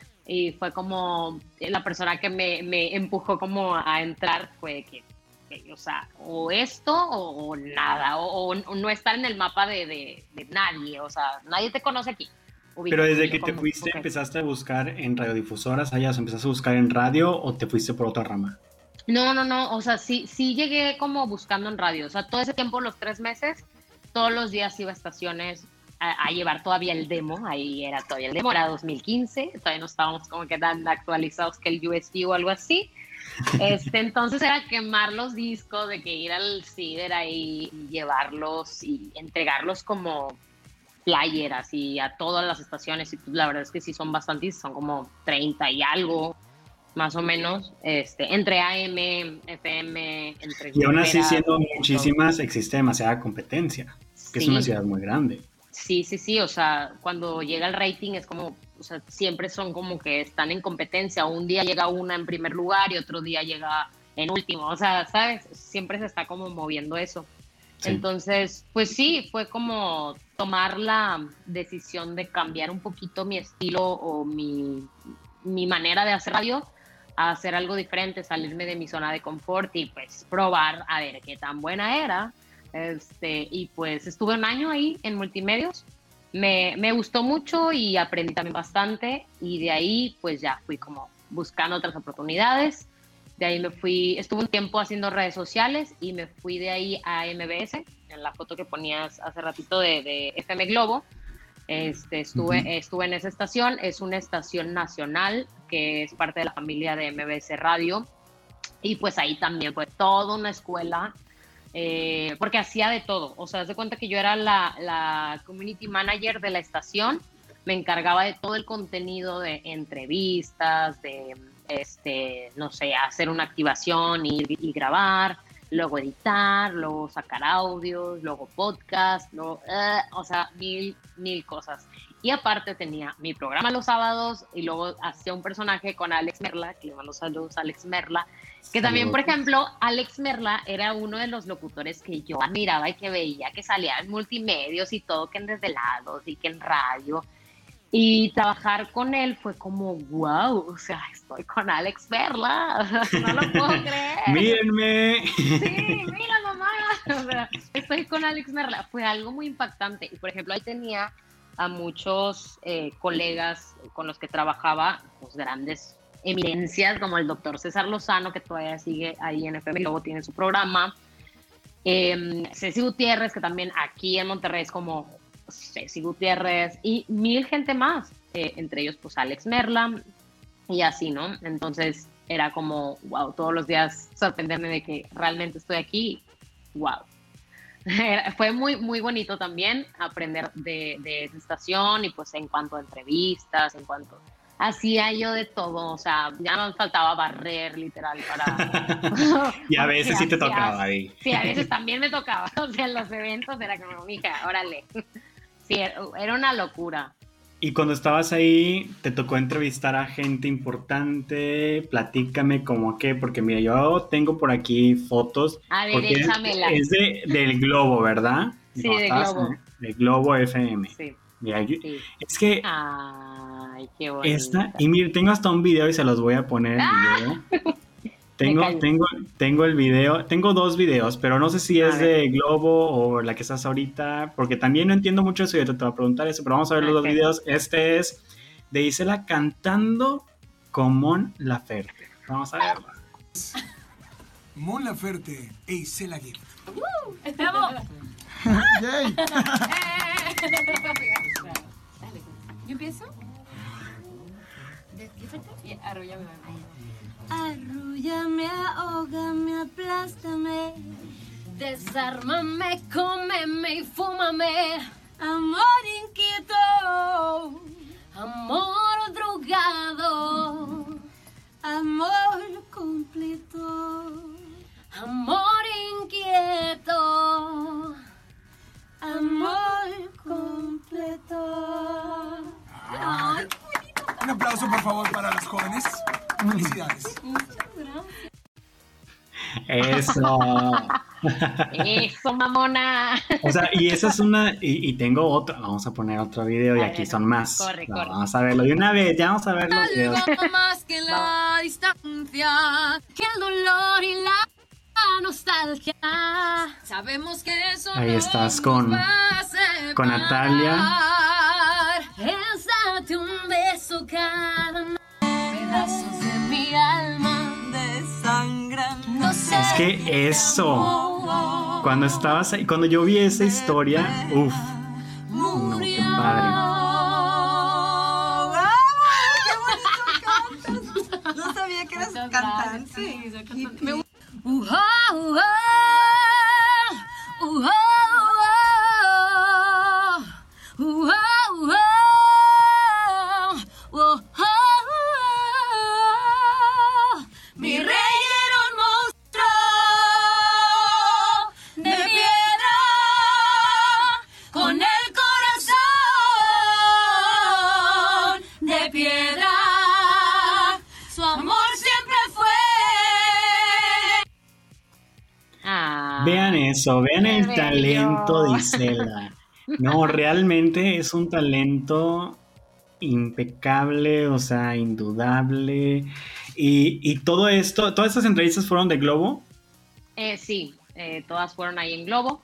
Y fue como, la persona que me, me empujó como a entrar fue que, que o sea, o esto o, o nada, o, o no estar en el mapa de, de, de nadie, o sea, nadie te conoce aquí. Ubicado. Pero desde que te fuiste, okay. ¿Empezaste a buscar en radiodifusoras allá? ¿O empezaste a buscar en radio o te fuiste por otra rama? No, no, no, o sea, sí, sí llegué como buscando en radio, o sea, todo ese tiempo, los tres meses, todos los días iba a estaciones a, a llevar todavía el demo, ahí era todavía el demo, era dos mil quince, todavía no estábamos como que tan actualizados que el U S B o algo así, este, entonces era quemar los discos, de que ir al ciber ahí y llevarlos y entregarlos como player, así a todas las estaciones, y pues la verdad es que sí son bastantes, son como treinta y algo, más o menos, este, entre A M, F M, entre... Y aún así, siendo muchísimas, existe demasiada competencia, que sí. Es una ciudad muy grande. Sí, sí, sí, o sea, cuando llega el rating es como, o sea, siempre son como que están en competencia, un día llega una en primer lugar y otro día llega en último, o sea, ¿sabes? Siempre se está como moviendo eso. Sí. Entonces, pues sí, fue como tomar la decisión de cambiar un poquito mi estilo o mi, mi manera de hacer radio, a hacer algo diferente, salirme de mi zona de confort y pues probar a ver qué tan buena era. Este, y pues estuve un año ahí en multimedios, me, me gustó mucho y aprendí también bastante, y de ahí pues ya fui como buscando otras oportunidades. De ahí me fui, estuve un tiempo haciendo redes sociales y me fui de ahí a M B S, en la foto que ponías hace ratito de, de F M Globo. Este, estuve, uh-huh. estuve en esa estación, es una estación nacional que es parte de la familia de M B S Radio, y pues ahí también fue toda una escuela, eh, porque hacía de todo, o sea, haz de cuenta que yo era la, la community manager de la estación, me encargaba de todo el contenido de entrevistas, de, este, no sé, hacer una activación y, y grabar, luego editar, luego sacar audios, luego podcast, luego, uh, o sea, mil, mil cosas. Y aparte tenía mi programa los sábados y luego hacía un personaje con Alex Merla, que le mando saludos a Alex Merla, que saludos. También, por ejemplo, Alex Merla era uno de los locutores que yo admiraba y que veía que salía en multimedios y todo, que en Desvelados y que en radio. Y trabajar con él fue como, wow, o sea, estoy con Alex Merla, no lo puedo creer. ¡Mírenme! Sí, mira, mamá, o sea, estoy con Alex Merla. Fue algo muy impactante. Y, por ejemplo, ahí tenía a muchos eh, colegas con los que trabajaba, pues grandes eminencias, como el doctor César Lozano, que todavía sigue ahí en F M, luego tiene su programa. Eh, Ceci Gutiérrez, que también aquí en Monterrey es como... Ceci Gutiérrez y mil gente más, eh, entre ellos pues Alex Merla y así, ¿no? Entonces era como, wow, todos los días sorprenderme de que realmente estoy aquí, wow. Era, fue muy, muy bonito también aprender de, de esa estación, y pues en cuanto a entrevistas, en cuanto... Hacía yo de todo, o sea, ya no faltaba barrer, literal, para... Y a veces sí te tocaba ahí. Sí, a veces también me tocaba, o sea, en los eventos era como, mija, órale. Sí, era una locura. Y cuando estabas ahí, te tocó entrevistar a gente importante, platícame como qué, porque mira, yo tengo por aquí fotos. A ver, échamela. Es de, del Globo, ¿verdad? Sí, no, del Globo. Del Globo F M. Sí. Mira, sí. Es que... Ay, qué bonita. Esta, y mira, tengo hasta un video y se los voy a poner el video. ¡Ah! Tengo, tengo, tengo el video, tengo dos videos, pero no sé si es de Globo o la que estás ahorita, porque también no entiendo mucho eso y yo te voy a preguntar eso, pero vamos a ver okay. los dos videos. Este es de Isela cantando con Mon Laferte. Vamos a verlo. Mon Laferte e Isela Gift. ¡Uh! ¡Estamos! ¡Yay! ¿Yo empiezo? ¿Qué falta? Arrúllame. Arrúllame, ahógame, aplástame, desármame, cómeme y fúmame. Amor inquieto, amor drogado, amor completo, amor inquieto, amor completo. Ay, un aplauso, por favor, para los jóvenes. Felicidades. Eso. Eso, mamona. O sea, y esa es una, y, y tengo otra, vamos a poner otro video y A aquí ver, son más. corre, No, corre. vamos a verlo de una vez, ya vamos a ver los videos. Algo más que la distancia, que el dolor y la nostalgia. Sabemos que eso Ahí no estás nos con- va a separar. con Natalia. Es darte un beso cada noche, pedazos de mi alma desangrando. Es que eso, cuando estabas ahí, cuando yo vi esa historia, uff, no, qué padre. No sabía que eras Muchas cantante. gracias. Sí, soy Y- cantante. y- Uh, oh, uh, oh, uh, oh, uh, oh, uh, oh, uh, oh. Mi rey era un monstruo de piedra con el corazón de piedra. Su amor siempre fue. Ah, Vean eso, vean Qué el bello. talento de Isela. No, realmente es un talento impecable, o sea, indudable. Y, y todo esto, todas estas entrevistas fueron de Globo. Eh, sí, eh, todas fueron ahí en Globo.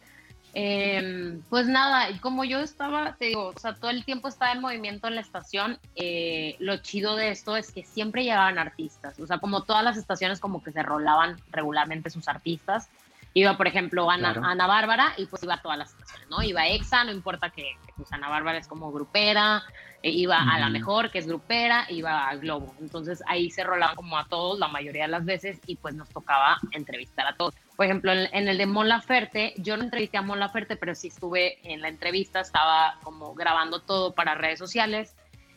Eh, pues nada, y como yo estaba, te digo, o sea, todo el tiempo estaba en movimiento en la estación, eh, lo chido de esto es que siempre llevaban artistas, o sea, como todas las estaciones como que se rolaban regularmente sus artistas. Iba, por ejemplo, Ana, Claro. Ana Bárbara y pues iba a todas las estaciones, ¿no? Iba a Exa, no importa que, que, pues Ana Bárbara es como grupera, eh, iba a La Ujú. Mejor, que es grupera, iba a Globo. Entonces ahí se rolaban como a todos la mayoría de las veces y pues nos tocaba entrevistar a todos. Por ejemplo, en, en el de Mon Laferte, yo no entrevisté a Mon Laferte, pero sí estuve en la entrevista, estaba como grabando todo para redes sociales.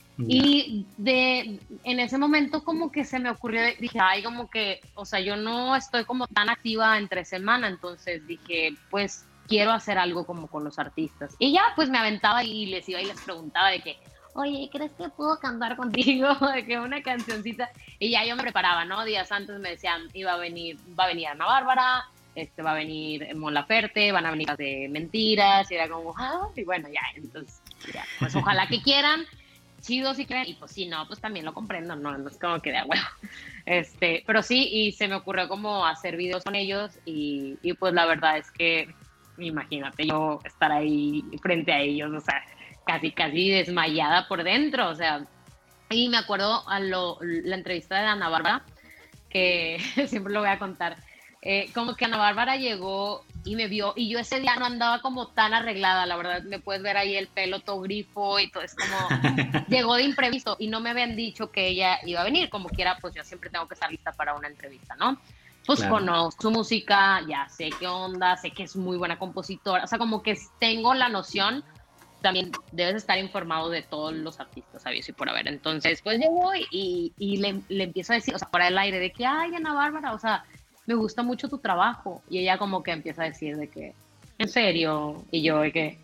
Y de, en ese momento como que se me ocurrió, dije, ay, como que, o sea, yo no estoy como tan activa entre semana, entonces dije, pues quiero hacer algo como con los artistas. Y ya, pues me aventaba y les iba y les preguntaba de que, oye, ¿crees que puedo cantar contigo? De que una cancioncita. Y ya yo me preparaba, ¿no? Días antes me decían, iba a venir, va a venir Ana Bárbara, este, va a venir Mon Laferte, van a venir las de Mentiras, y era como, ah, y bueno, ya, entonces, ya, pues ojalá que quieran. Chido si creen, y pues sí, no, pues también lo comprendo, no, no es como que de a huevo. Este, pero sí, y se me ocurrió como hacer videos con ellos, y, y pues la verdad es que, imagínate, yo estar ahí frente a ellos, o sea, casi, casi desmayada por dentro, o sea, y me acuerdo a lo, la entrevista de Ana Bárbara, que siempre lo voy a contar, eh, como que Ana Bárbara llegó y me vio, y yo ese día no andaba como tan arreglada, la verdad, me puedes ver ahí el pelo todo grifo y todo, es como, llegó de imprevisto, y no me habían dicho que ella iba a venir, como quiera, pues yo siempre tengo que estar lista para una entrevista, ¿no? Pues Claro. conozco su música, ya sé qué onda, sé que es muy buena compositora, o sea, como que tengo la noción, también debes estar informado de todos los artistas, ¿sabes? Y por haber, entonces, pues llegó y, y le, le empiezo a decir, o sea, fuera del aire, de que, ay, Ana Bárbara, o sea, me gusta mucho tu trabajo. Y ella como que empieza a decir de que, ¿en serio? Y yo de que,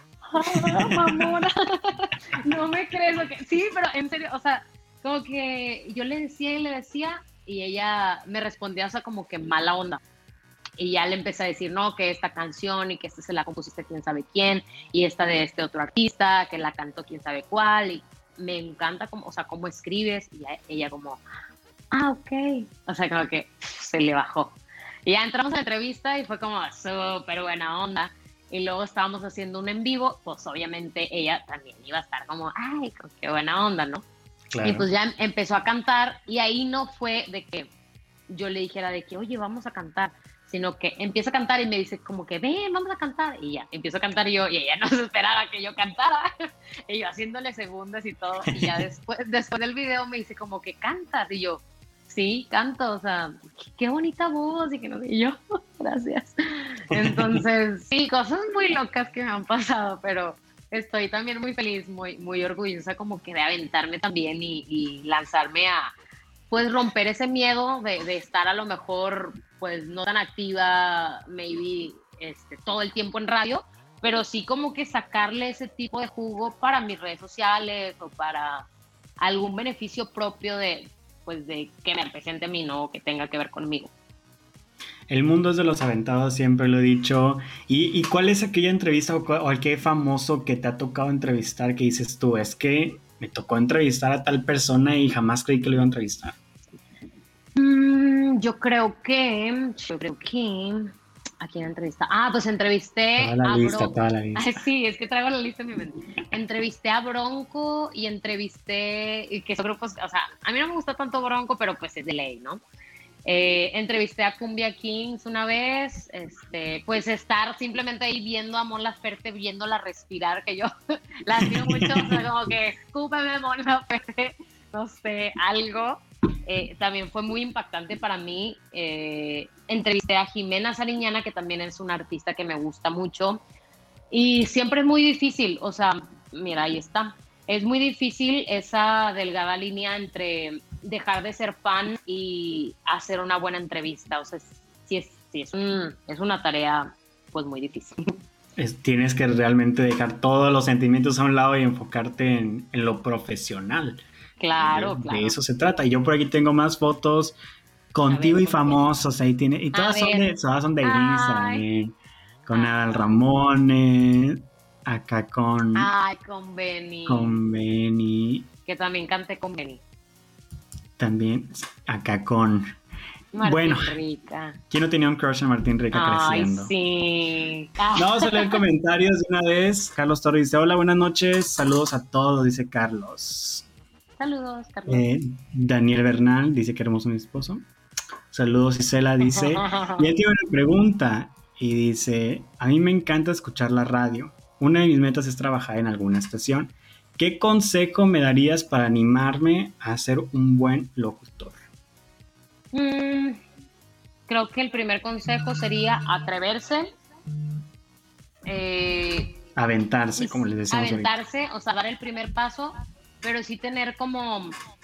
ah, mamona, no me crees lo que... Sí, pero en serio, o sea, como que yo le decía y le decía y ella me respondía, o sea, como que mala onda. Y ya le empecé a decir, no, que esta canción y que esta se la compusiste quién sabe quién y esta de este otro artista, que la cantó quién sabe cuál. Y me encanta, como, o sea, cómo escribes. Y ella como... ah, ok. O sea, como que pff, se le bajó. Y ya entramos a la entrevista y fue como súper buena onda. Y luego estábamos haciendo un en vivo, pues obviamente ella también iba a estar como, ay, qué buena onda, ¿no? Claro. Y pues ya empezó a cantar y ahí no fue de que yo le dijera de que, oye, vamos a cantar, sino que empieza a cantar y me dice como que, ven, vamos a cantar. Y ya, empiezo a cantar yo y ella no se esperaba que yo cantara. Y yo haciéndole segundas y todo. Y ya después, después del video me dice como que cantas. Y yo, sí, canto, o sea, qué bonita voz y que no sé, y yo, gracias. Entonces, sí, cosas muy locas que me han pasado, pero estoy también muy feliz, muy, muy orgullosa como que de aventarme también y, y lanzarme a, pues, romper ese miedo de, de estar a lo mejor, pues, no tan activa, maybe, este, todo el tiempo en radio, pero sí como que sacarle ese tipo de jugo para mis redes sociales o para algún beneficio propio de, pues, de que me represente a mí, ¿no? Que tenga que ver conmigo. El mundo es de los aventados, siempre lo he dicho. ¿Y, y cuál es aquella entrevista o, o aquel famoso que te ha tocado entrevistar que dices tú, es que me tocó entrevistar a tal persona y jamás creí que lo iba a entrevistar? Mm, yo creo que, yo creo que, ¿a quién entrevisté? Ah, pues entrevisté Toda la a lista, Bronco. toda la lista. Ay, sí, es que traigo la lista en mi mente. Entrevisté a Bronco y entrevisté, y que son grupos, o sea, a mí no me gusta tanto Bronco, pero pues es de ley, ¿no? Eh, entrevisté a Cumbia Kings una vez, este, pues estar simplemente ahí viendo a Mon Laferte, viéndola respirar, que yo la admiro mucho, o sea, como que escúpeme Mon Laferte, no sé, algo. Eh, también fue muy impactante para mí. Eh, entrevisté a Jimena Sariñana, que también es una artista que me gusta mucho, y siempre es muy difícil, o sea, mira, ahí está, es muy difícil esa delgada línea entre dejar de ser fan y hacer una buena entrevista, o sea, sí es, sí es, un, es una tarea pues muy difícil. Es, tienes que realmente dejar todos los sentimientos a un lado y enfocarte en, en lo profesional. Claro, de, claro. De eso se trata. Y yo por aquí tengo más fotos contigo ver, y famosos. Ahí tiene, y todas son de, todas son de Instagram. Eh, con Ay. Adal Ramones, acá con, Ay, con Benny. con Benny. Que también canté con Benny. También acá con Martín bueno, Rica. ¿Quién no tenía un crush en Martín Rica Ay, creciendo? Sí. No, vamos a leer comentarios de una vez. Carlos Torres dice, hola, buenas noches, saludos a todos, dice Carlos. Saludos, Carlos. Eh, Daniel Bernal dice que hermoso mi esposo. Saludos, Isela dice, y él tiene una pregunta y dice, a mí me encanta escuchar la radio. Una de mis metas es trabajar en alguna estación. ¿Qué consejo me darías para animarme a ser un buen locutor? Mm, creo que el primer consejo sería atreverse. Eh, Aventarse, como les decíamos Aventarse, ahorita. O sea, dar el primer paso, pero sí tener como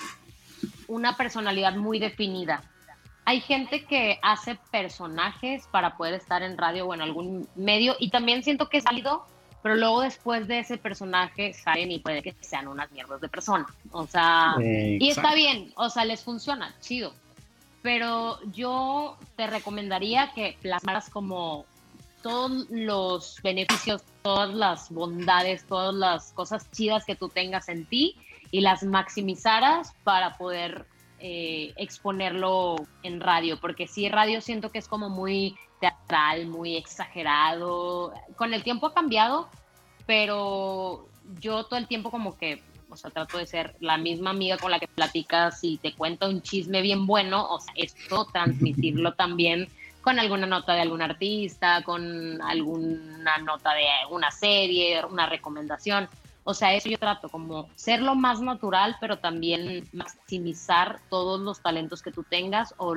una personalidad muy definida. Hay gente que hace personajes para poder estar en radio o en algún medio y también siento que es válido, pero luego después de ese personaje salen y puede que sean unas mierdas de persona. O sea, eh, y está bien, o sea, les funciona, chido. Pero yo te recomendaría que plasmaras como todos los beneficios, todas las bondades, todas las cosas chidas que tú tengas en ti y las maximizaras para poder eh, exponerlo en radio, porque sí, radio siento que es como muy teatral, muy exagerado. Con el tiempo ha cambiado, pero yo todo el tiempo como que, o sea, trato de ser la misma amiga con la que platicas y te cuenta un chisme bien bueno, o sea, esto transmitirlo también con alguna nota de algún artista, con alguna nota de una serie, una recomendación. O sea, eso yo trato, como ser lo más natural, pero también maximizar todos los talentos que tú tengas o,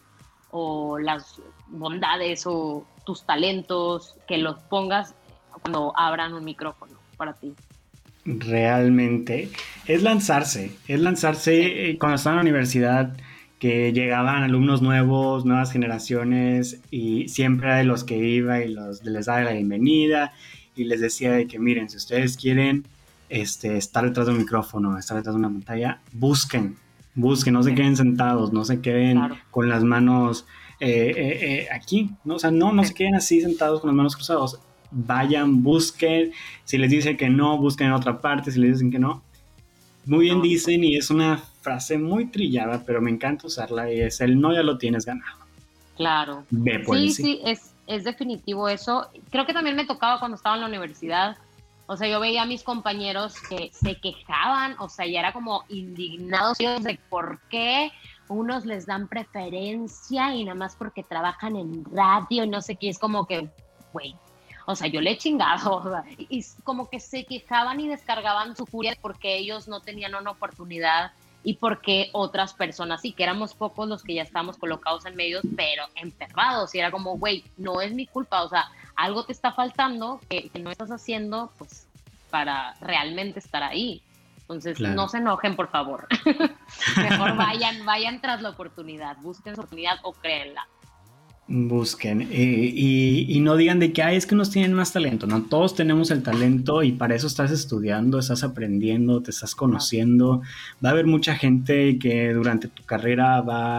o las bondades o tus talentos, que los pongas cuando abran un micrófono para ti. Realmente es lanzarse, es lanzarse. Sí. Cuando estaba en la universidad, que llegaban alumnos nuevos, nuevas generaciones, y siempre era de los que iba y los, les daba la bienvenida y les decía de que miren, si ustedes quieren este, estar detrás de un micrófono, estar detrás de una pantalla, busquen, busquen, no se sí. queden sentados, no se queden claro. con las manos eh, eh, eh, aquí, ¿no? O sea, no, no sí. se queden así sentados con las manos cruzadas. Vayan, busquen, si les dicen que no, busquen en otra parte, si les dicen que no, muy bien no. dicen, y es una frase muy trillada, pero me encanta usarla, y es el no ya lo tienes ganado. Claro. Ve por sí, sí, sí, es, es definitivo eso. Creo que también me tocaba cuando estaba en la universidad, o sea, yo veía a mis compañeros que se quejaban, o sea, ya era como indignados de por qué unos les dan preferencia y nada más porque trabajan en radio y no sé qué, es como que, güey, o sea, yo le he chingado, o sea, y, y como que se quejaban y descargaban su furia porque ellos no tenían una oportunidad y porque otras personas sí, que éramos pocos los que ya estábamos colocados en medios, pero emperrados, y era como, güey, no es mi culpa, o sea, algo te está faltando que, que no estás haciendo, pues, para realmente estar ahí. Entonces, claro. no se enojen, por favor. Mejor vayan, vayan tras la oportunidad, busquen su oportunidad o créenla. Busquen eh, y, y no digan de que ay, es que unos tienen más talento, no, todos tenemos el talento y para eso estás estudiando, estás aprendiendo, te estás conociendo. Va a haber mucha gente que durante tu carrera va,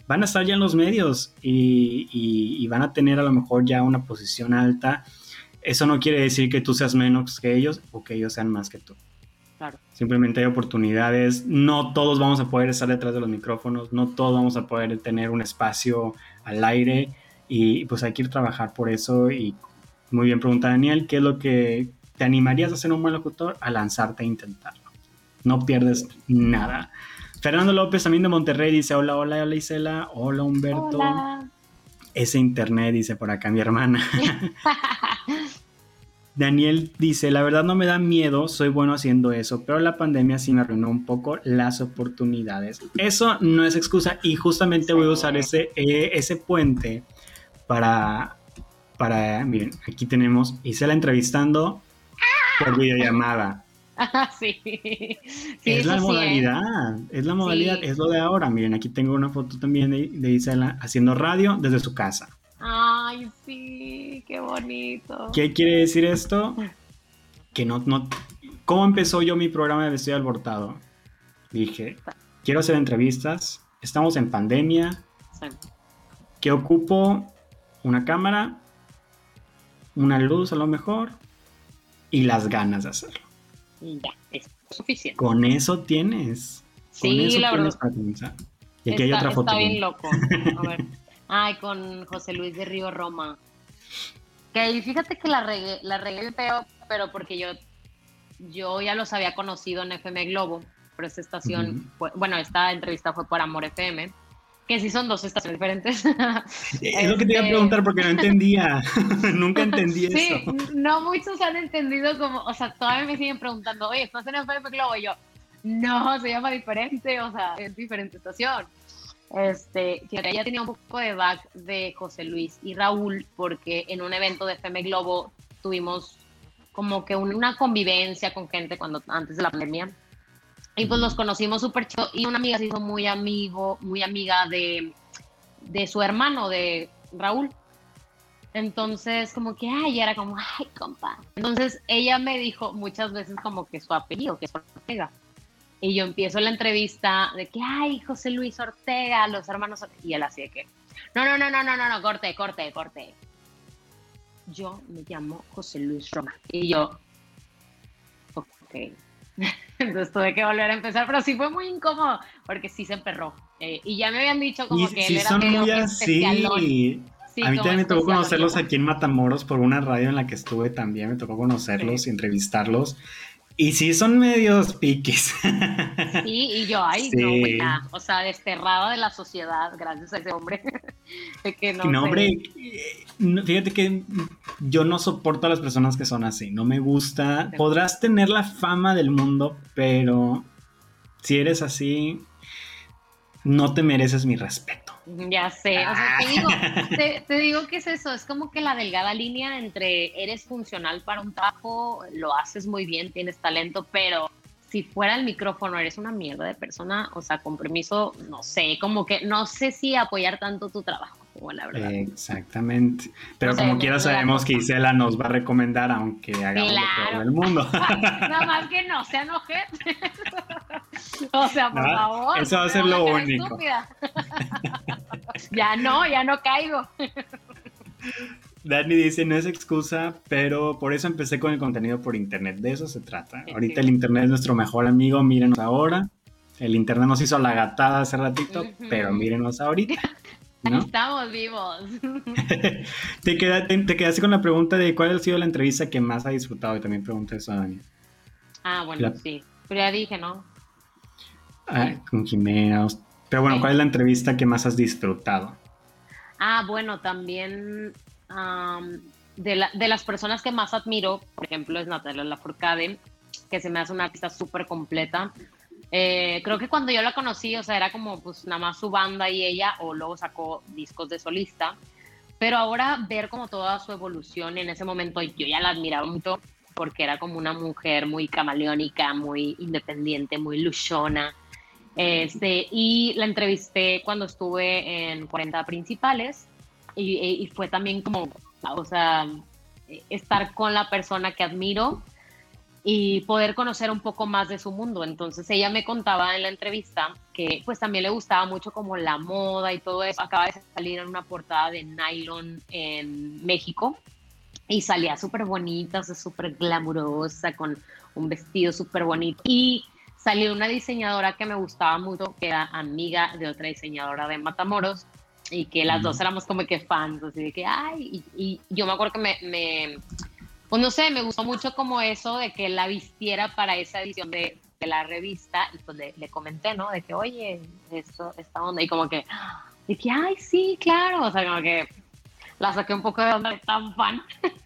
van a estar ya en los medios y, y, y van a tener a lo mejor ya una posición alta. Eso no quiere decir que tú seas menos que ellos o que ellos sean más que tú. Claro. Simplemente hay oportunidades. No todos vamos a poder estar detrás de los micrófonos, no todos vamos a poder tener un espacio al aire y pues hay que ir a trabajar por eso. Y muy bien pregunta Daniel, ¿qué es lo que te animarías a ser un buen locutor? A lanzarte a intentarlo. No pierdes nada. Fernando López, también de Monterrey, dice hola, hola, hola Isela, hola Humberto. Hola. Ese internet, dice por acá mi hermana. Daniel dice, la verdad no me da miedo, soy bueno haciendo eso, pero la pandemia sí me arruinó un poco las oportunidades. Eso no es excusa y justamente sí. voy a usar ese, eh, ese puente para, para, miren, aquí tenemos Isela entrevistando por videollamada. sí. sí. Es la modalidad, es. es la modalidad, sí. es lo de ahora. Miren, aquí tengo una foto también de, de Isela haciendo radio desde su casa. Ay, sí, qué bonito. ¿Qué quiere decir esto? Que no, no... ¿Cómo empezó yo mi programa de Vestido Alborotado? Dije, quiero hacer entrevistas, estamos en pandemia, sí. ¿Qué ocupo? Una cámara, una luz a lo mejor, y las ganas de hacerlo. Ya, es suficiente. Con eso tienes. Sí, con eso la tienes verdad. Para comenzar. Y aquí está, hay otra foto. Está bien loco. A ver. Ay, con José Luis de Río Roma. Que fíjate que la regué, la regué bien feo, pero porque yo, yo ya los había conocido en F M Globo, pero esta estación, uh-huh. fue, bueno, esta entrevista fue por Amor F M, que sí son dos estaciones diferentes. Es este... lo que te iba a preguntar porque no entendía. Nunca entendí sí, eso. No muchos han entendido como, o sea, todavía me siguen preguntando, oye, ¿estás en F M Globo? Y yo, no, se llama diferente, o sea, es diferente estación. Este, fíjate, ya tenía un poco de back de José Luis y Raúl porque en un evento de F M Globo tuvimos como que una convivencia con gente cuando antes de la pandemia y pues los conocimos súper chido y una amiga se hizo muy amigo, muy amiga de, de su hermano, de Raúl. Entonces como que, ay, era como, ay, compa. Entonces ella me dijo muchas veces como que su apellido, que es Ortega. Y yo empiezo la entrevista de que, ay, José Luis Ortega, los hermanos Ortega. Y él así de que, no, no, no, no, no, no, no, corte, corte, corte. Yo me llamo José Luis Roma. Y yo, ok. Entonces tuve que volver a empezar, pero sí fue muy incómodo, porque sí se emperró. Eh, y ya me habían dicho como y, que sí él era son medio muy así. Sí, a mí también me tocó conocerlos aquí en Matamoros por una radio en la que estuve también, me tocó conocerlos sí. y entrevistarlos. Y sí son medios piquis. Sí, y yo, ay, sí. no, buena, o sea, desterrada de la sociedad gracias a ese hombre. de que no, no sé. hombre, fíjate que yo no soporto a las personas que son así, no me gusta. Sí. Podrás tener la fama del mundo, pero si eres así, no te mereces mi respeto. Ya sé, o sea, te digo, te, te digo que es eso, es como que la delgada línea entre eres funcional para un trabajo, lo haces muy bien, tienes talento, pero si fuera el micrófono eres una mierda de persona, o sea, con permiso, no sé, como que no sé si apoyar tanto tu trabajo, la verdad. Exactamente, pero o como sea, quiera sabemos que Isela nos va a recomendar, aunque hagamos claro. lo peor del mundo. Nada más que no sean ojetes. O sea, por no, favor. Eso va a ser lo único. Ya no, ya no caigo. Dani dice, no es excusa, pero por eso empecé con el contenido por internet. De eso se trata. Sí, Ahorita sí. El internet es nuestro mejor amigo, mírenos ahora. El internet nos hizo la gatada hace ratito, uh-huh. pero mírenos ahorita. ¿no? Estamos vivos. te, queda, te, te quedaste con la pregunta de cuál ha sido la entrevista que más ha disfrutado. Y también pregunté eso a Dani. Ah, bueno, la... sí. Pero ya dije, ¿no? Ah, con Jimena. Pero bueno, ¿cuál es la entrevista que más has disfrutado? Ah, bueno, también um, de, la, de las personas que más admiro, por ejemplo, es Natalia Lafourcade, que se me hace una artista súper completa. Eh, creo que cuando yo la conocí, o sea, era como pues nada más su banda y ella, o luego sacó discos de solista. Pero ahora ver como toda su evolución, y en ese momento yo ya la admiraba mucho, porque era como una mujer muy camaleónica, muy independiente, muy luchona. Este, y la entrevisté cuando estuve en cuarenta Principales y, y fue también como, o sea, estar con la persona que admiro y poder conocer un poco más de su mundo. Entonces ella me contaba en la entrevista que pues también le gustaba mucho como la moda y todo eso. Acaba de salir en una portada de Nylon en México y salía súper bonita, o sea, súper glamurosa, con un vestido súper bonito. Y salió una diseñadora que me gustaba mucho, que era amiga de otra diseñadora de Matamoros, y que las mm. dos éramos como que fans, así de que, ay, y, y yo me acuerdo que me, me, pues no sé, me gustó mucho como eso de que la vistiera para esa edición de, de la revista, y pues le, le comenté, ¿no? De que, oye, esto, esta onda, y como que, de que, ay, sí, claro, o sea, como que la saqué un poco de onda de tan fan,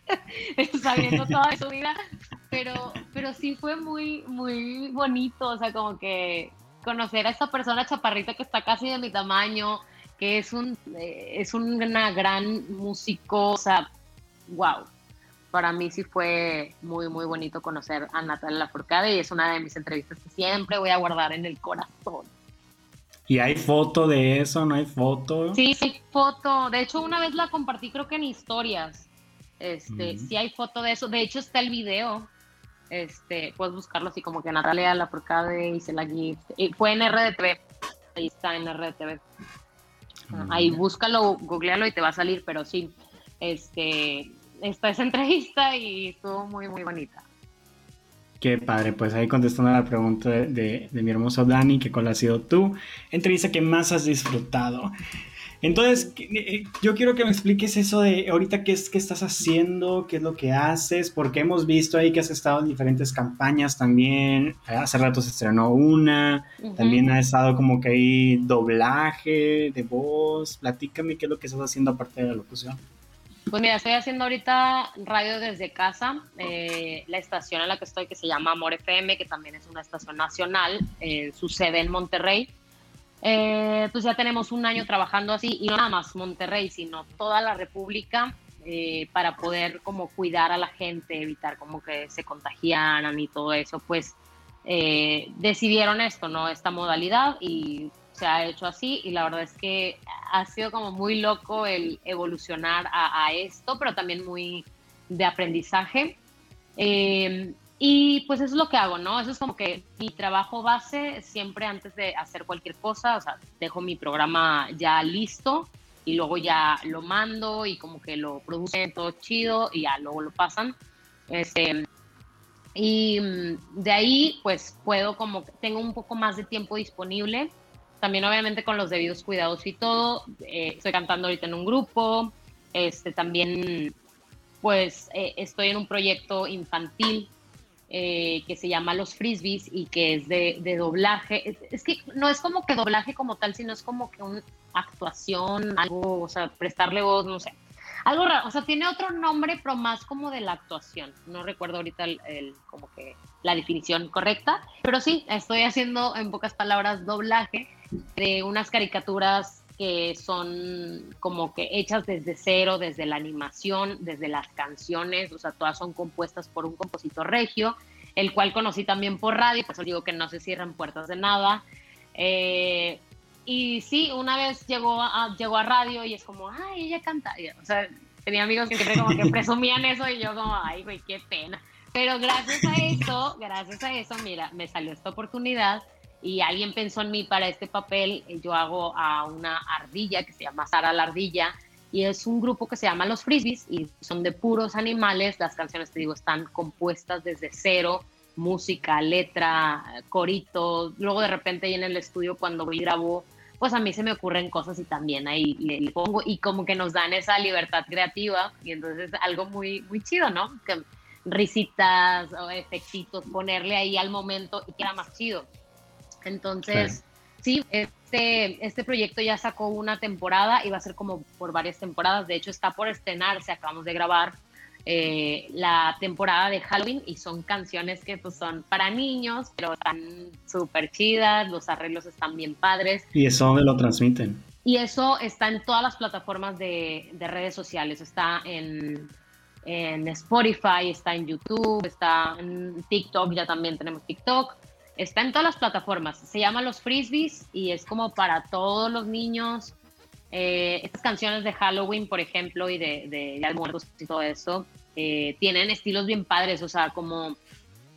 sabiendo toda su vida, pero, pero sí fue muy, muy bonito, o sea, como que conocer a esta persona chaparrita que está casi de mi tamaño, que es un eh, es una gran músico, o sea, wow. Para mí sí fue muy, muy bonito conocer a Natalia Lafourcade y es una de mis entrevistas que siempre voy a guardar en el corazón. ¿Y hay foto de eso? ¿No hay foto? Sí, sí hay foto. De hecho, una vez la compartí creo que en historias. Este, mm. Sí hay foto de eso. De hecho, está el video. Este, puedes buscarlo así como que Natalia Lafourcade hice la gift. Y fue en R D T V. Ahí está en R D T V. Mm. Ahí búscalo, googlealo y te va a salir, pero sí. Este, esta es entrevista y estuvo muy, muy bonita. Qué padre, pues ahí contestando a la pregunta de, de, de mi hermoso Dani, que cuál ha sido tu entrevista que más has disfrutado. Entonces, yo quiero que me expliques eso de ahorita qué es qué estás haciendo, qué es lo que haces, porque hemos visto ahí que has estado en diferentes campañas también. Hace rato se estrenó una, uh-huh. También has estado como que ahí doblaje de voz. Platícame qué es lo que estás haciendo aparte de la locución. Pues mira, estoy haciendo ahorita radio desde casa, eh, la estación en la que estoy que se llama Amor F M, que también es una estación nacional, eh, su sede en Monterrey. Eh, pues ya tenemos un año trabajando así, y no nada más Monterrey, sino toda la República, eh, para poder como cuidar a la gente, evitar como que se contagiaran y todo eso, pues eh, decidieron esto, ¿no? Esta modalidad, y se ha hecho así, y la verdad es que ha sido como muy loco el evolucionar a, a esto, pero también muy de aprendizaje. Eh, y pues eso es lo que hago, ¿no? Eso es como que mi trabajo base, siempre antes de hacer cualquier cosa, o sea, dejo mi programa ya listo y luego ya lo mando y como que lo producen todo chido y ya luego lo pasan. Este, y de ahí pues puedo como, tengo un poco más de tiempo disponible. También obviamente con los debidos cuidados y todo. Eh, estoy cantando ahorita en un grupo. Este, también pues eh, estoy en un proyecto infantil eh, que se llama Los Frisbees y que es de, de doblaje. Es, es que no es como que doblaje como tal, sino es como que una actuación, algo, o sea, prestarle voz, no sé. Algo raro, o sea, tiene otro nombre, pero más como de la actuación. No recuerdo ahorita el, el, como que la definición correcta, pero sí, estoy haciendo, en pocas palabras, doblaje de unas caricaturas que son como que hechas desde cero, desde la animación, desde las canciones, o sea, todas son compuestas por un compositor regio, el cual conocí también por radio, por eso digo que no se cierran puertas de nada. Eh, y sí, una vez llegó a, llegó a radio y es como, ay, ella canta. Y, o sea, tenía amigos que siempre como que presumían eso y yo como, ay, güey, qué pena. Pero gracias a eso, gracias a eso, mira, me salió esta oportunidad y alguien pensó en mí para este papel. Yo hago a una ardilla que se llama Sara la Ardilla y es un grupo que se llama Los Frisbees y son de puros animales. Las canciones, te digo, están compuestas desde cero, música, letra, corito. Luego de repente ahí en el estudio cuando voy y grabo, pues a mí se me ocurren cosas y también ahí le, le pongo y como que nos dan esa libertad creativa y entonces algo muy, muy chido, ¿no? Que risitas o efectitos, ponerle ahí al momento y queda más chido. Entonces, sí, sí este, este proyecto ya sacó una temporada y va a ser como por varias temporadas. De hecho, está por estrenarse, acabamos de grabar eh, la temporada de Halloween y son canciones que pues, son para niños, pero están súper chidas, los arreglos están bien padres. ¿Y eso dónde lo transmiten? Y eso está en todas las plataformas de, de redes sociales, está en... en Spotify, está en YouTube, está en TikTok, ya también tenemos TikTok, está en todas las plataformas. Se llama Los Frisbees y es como para todos los niños. Eh, estas canciones de Halloween, por ejemplo, y de, de Día de Muertos y todo eso, eh, tienen estilos bien padres, o sea, como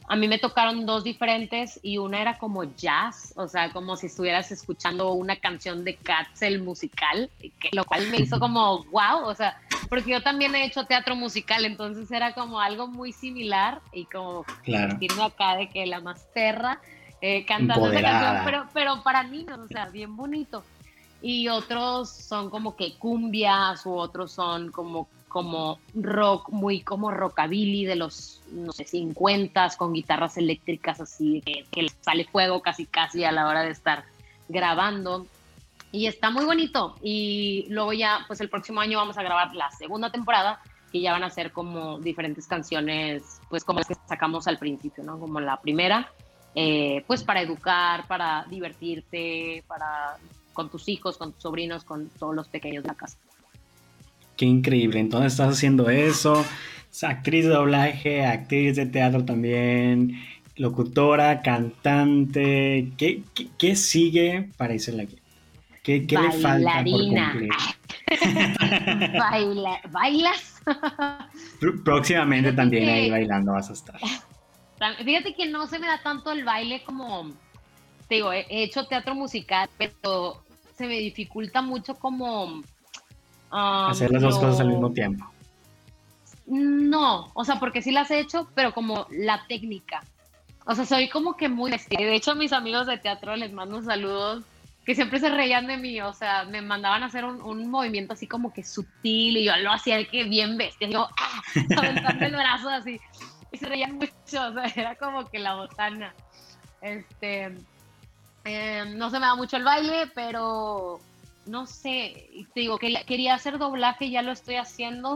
a mí me tocaron dos diferentes y una era como jazz, o sea, como si estuvieras escuchando una canción de Cats, el musical, que, lo cual me hizo como wow, o sea, porque yo también he hecho teatro musical, entonces era como algo muy similar y como claro. sentirme acá de que la más perra eh, cantando esa canción, pero, pero para niños, o sea, bien bonito. Y otros son como que cumbias u otros son como como rock, muy como rockabilly de los, no sé, cincuentas, con guitarras eléctricas así, que, que sale fuego casi casi a la hora de estar grabando. Y está muy bonito. Y luego ya, pues el próximo año vamos a grabar la segunda temporada, que ya van a ser como diferentes canciones, pues como las que sacamos al principio, ¿no? Como la primera, eh, pues para educar, para divertirte, para con tus hijos, con tus sobrinos, con todos los pequeños de la casa. Qué increíble, entonces estás haciendo eso, actriz de doblaje, actriz de teatro también, locutora, cantante, ¿qué, qué, qué sigue para Isela Guillén? ¿Qué, qué le falta por cumplir? Baila, ¿Bailas? Próximamente Fíjate también que, ahí bailando vas a estar. Fíjate que no se me da tanto el baile como, te digo, he hecho teatro musical, pero se me dificulta mucho como... Um, hacer las dos lo... cosas al mismo tiempo. No, o sea, porque sí las he hecho, pero como la técnica. O sea, soy como que muy bestia. De hecho, a mis amigos de teatro les mando saludos que siempre se reían de mí. O sea, me mandaban a hacer un, un movimiento así como que sutil y yo lo hacía de que bien bestia. Yo, ¡ah! Aventando el brazo así. Y se reían mucho, o sea, era como que la botana. Este, eh, no se me da mucho el baile, pero... no sé, te digo, que quería hacer doblaje, ya lo estoy haciendo.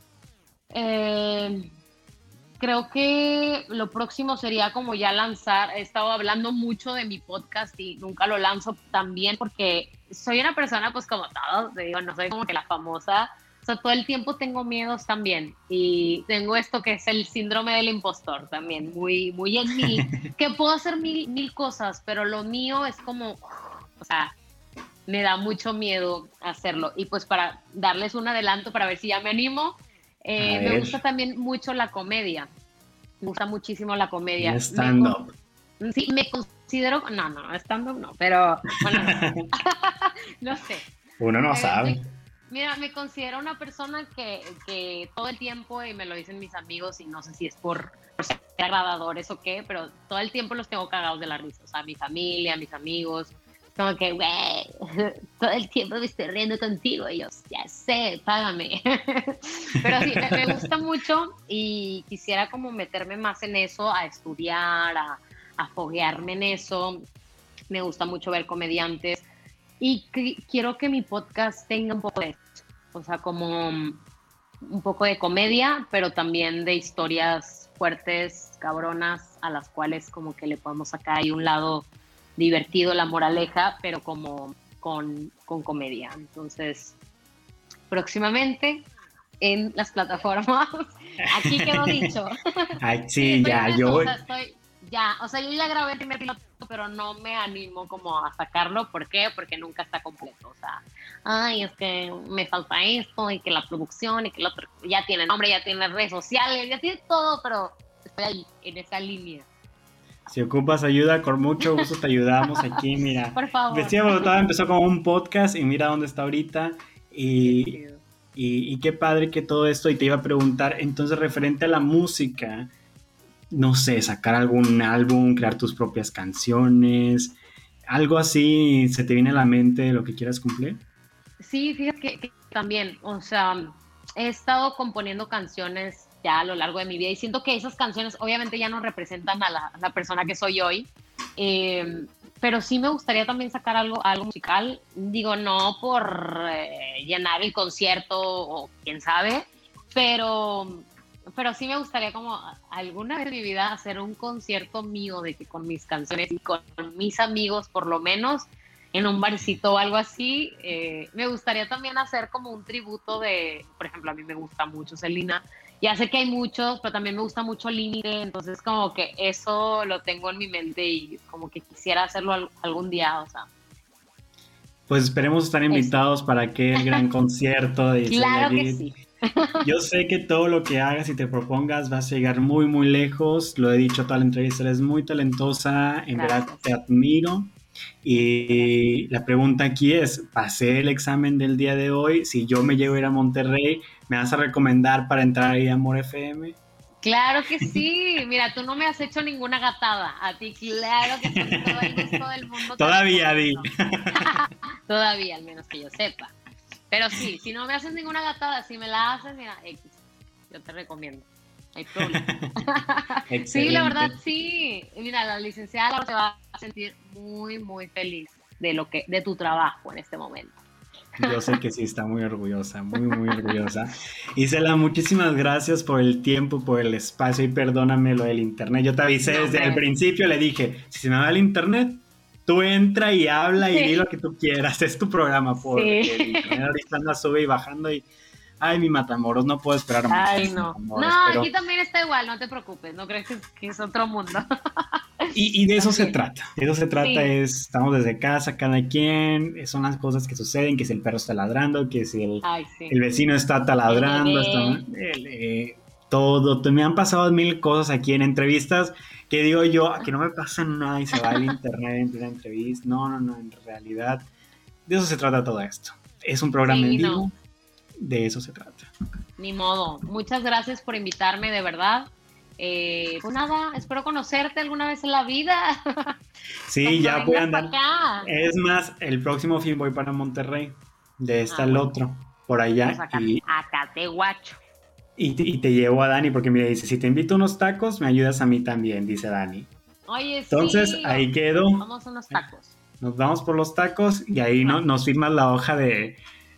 Eh, creo que lo próximo sería como ya lanzar, he estado hablando mucho de mi podcast y nunca lo lanzo también porque soy una persona pues como todos, digo, no soy como que la famosa, o sea, todo el tiempo tengo miedos también y tengo esto que es el síndrome del impostor también, muy, muy en mí, que puedo hacer mil, mil cosas, pero lo mío es como, o sea, me da mucho miedo hacerlo. Y pues para darles un adelanto, para ver si ya me animo, eh, me gusta también mucho la comedia. Me gusta muchísimo la comedia. Stand-up. Sí, me considero... No, no, stand-up no, pero... Bueno, no, no sé. Uno no eh, sabe. Me, mira, me considero una persona que, que todo el tiempo, y me lo dicen mis amigos, y no sé si es por, por ser agradadores o qué, pero todo el tiempo los tengo cagados de la risa. O sea, mi familia, mis amigos... como que, güey, todo el tiempo me estoy riendo contigo. Y yo, ya sé, págame. Pero sí, me, me gusta mucho y quisiera como meterme más en eso, a estudiar, a, a foguearme en eso. Me gusta mucho ver comediantes. Y que, quiero que mi podcast tenga un poco de eso. O sea, como un poco de comedia, pero también de historias fuertes, cabronas, a las cuales como que le podemos sacar ahí un lado... divertido, la moraleja, pero como con, con comedia. Entonces, próximamente en las plataformas, aquí quedó dicho. Ay, sí, ya, eso, yo... O sea, estoy, ya, o sea, yo ya grabé el primer piloto, pero no me animo como a sacarlo. ¿Por qué? Porque nunca está completo. O sea, ay, es que me falta esto, y que la producción, y que el otro, ya tiene nombre, ya tiene redes sociales, ya tiene todo, pero estoy ahí, en esa línea. Si ocupas ayuda, con mucho gusto te ayudamos aquí, mira. Por favor. Vestida Alborotada empezó como un podcast y mira dónde está ahorita. Y, y, y qué padre que todo esto. Y te iba a preguntar, entonces, referente a la música, no sé, sacar algún álbum, crear tus propias canciones, algo así, ¿se te viene a la mente lo que quieras cumplir? Sí, fíjate que, que también, o sea, he estado componiendo canciones ya a lo largo de mi vida y siento que esas canciones obviamente ya no representan a la, a la persona que soy hoy, eh, pero sí me gustaría también sacar algo, algo musical, digo, no por eh, llenar el concierto o quién sabe, pero, pero sí me gustaría como alguna vez en mi vida hacer un concierto mío de que con mis canciones y con mis amigos por lo menos, en un barcito o algo así. Eh, me gustaría también hacer como un tributo de, por ejemplo, a mí me gusta mucho Selena, ya sé que hay muchos, pero también me gusta mucho Límite, entonces como que eso lo tengo en mi mente y como que quisiera hacerlo al, algún día, o sea. Pues esperemos estar invitados eso. Para aquel gran concierto de Claro Isela que sí. Yo sé que todo lo que hagas y te propongas vas a llegar muy, muy lejos. Lo he dicho toda la entrevista, eres muy talentosa, en Gracias. verdad te admiro. Y la pregunta aquí es, pasé el examen del día de hoy, si yo me llego a ir a Monterrey, ¿me vas a recomendar para entrar ahí a Amor F M? Claro que sí. Mira, tú no me has hecho ninguna gatada. A ti, claro que con todo el gusto del mundo. Todavía, Di. Todavía, al menos que yo sepa. Pero sí, si no me haces ninguna gatada, si me la haces, mira, X, yo te recomiendo. No hay problema. Sí, la verdad, sí. Mira, la licenciada Laura se va a sentir muy, muy feliz de lo que, de tu trabajo en este momento. Yo sé que sí, está muy orgullosa, muy, muy orgullosa. Isela, muchísimas gracias por el tiempo, por el espacio y perdóname lo del internet. Yo te avisé No, desde hombre. el principio, le dije, si se me va el internet, tú entra y habla y Sí. di lo que tú quieras, es tu programa, porque Sí. el internet ahorita anda sube y bajando y, ay, mi Matamoros, no puedo esperar mucho. Ay, no. Matamoros, No, pero- aquí también está igual, no te preocupes, no crees que es, que es otro mundo. Y, y de eso Así se es. trata, de eso se trata, Sí. es, estamos desde casa, cada quien, son las cosas que suceden, que si el perro está ladrando, que si el, Ay, sí. el vecino está taladrando, El bebé. está, el, eh, todo, te- me han pasado mil cosas aquí en entrevistas que digo yo, que no me pasa nada y se va el internet en plena entrevista, no, no, no, en realidad, de eso se trata todo esto, es un programa Sí, en vivo, no. de eso se trata. Ni modo. Muchas gracias por invitarme, de verdad. Eh, pues nada, espero conocerte alguna vez en la vida. Sí, Cuando ya vengas voy a pa' andar. acá. Es más, el próximo fin voy para Monterrey, de este Ah, al bueno. otro, por allá, Pues acá, y, acá te guacho. y, te- y te llevo a Dani, porque mira, dice, si te invito a unos tacos, me ayudas a mí también, dice Dani. Oye, Entonces, sí. ahí quedo, Vamos a unos tacos. nos vamos por los tacos y ahí no, nos firmas la hoja de,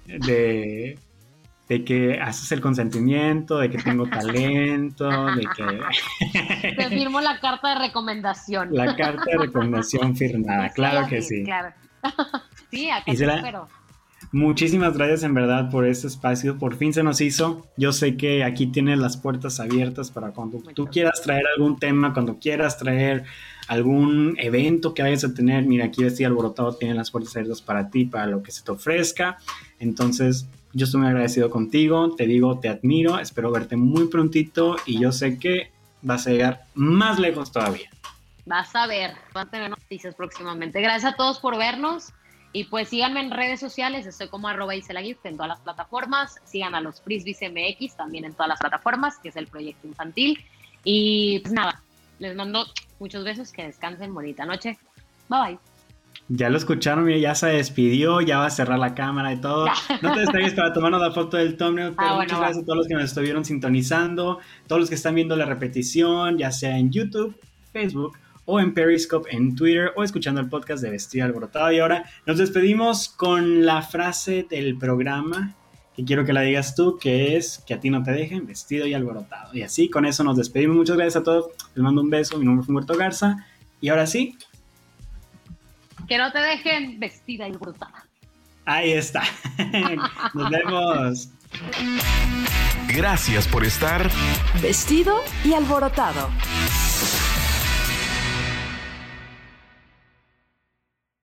de, de que haces el consentimiento, de que tengo talento, de que... Te firmo la carta de recomendación. La carta de recomendación firmada, Sí, claro soy que así, sí. Claro. Sí, acá Y te se la- espero. Muchísimas gracias en verdad por este espacio, por fin se nos hizo. Yo sé que aquí tienes las puertas abiertas para cuando Muchas tú quieras traer algún tema, cuando quieras traer algún evento que vayas a tener. Mira, aquí Vestido y Alborotado tiene las puertas abiertas para ti, para lo que se te ofrezca. Entonces, yo estoy muy agradecido contigo, te digo, te admiro, espero verte muy prontito y yo sé que vas a llegar más lejos todavía. Vas a ver, van a tener noticias próximamente. Gracias a todos por vernos. Y pues síganme en redes sociales, estoy como arroba Iselagift en todas las plataformas. Sigan a los Frisbees M X también en todas las plataformas, que es el proyecto infantil. Y pues nada, les mando muchos besos, que descansen, bonita noche. Bye bye. Ya lo escucharon, mira, ya se despidió, ya va a cerrar la cámara y todo. No te despegues para tomarnos la foto del thumbnail, pero Ah, bueno, muchas va. gracias a todos los que nos estuvieron sintonizando, todos los que están viendo la repetición, ya sea en YouTube, Facebook o en Periscope, en Twitter, o escuchando el podcast de Vestido y Alborotado. Y ahora nos despedimos con la frase del programa, que quiero que la digas tú, que es que a ti no te dejen vestido y alborotado. Y así, con eso nos despedimos. Muchas gracias a todos, les mando un beso, mi nombre es Humberto Garza, y ahora sí, Que no te dejen vestida y brutada. ahí está. Nos vemos. Gracias por estar Vestido y alborotado.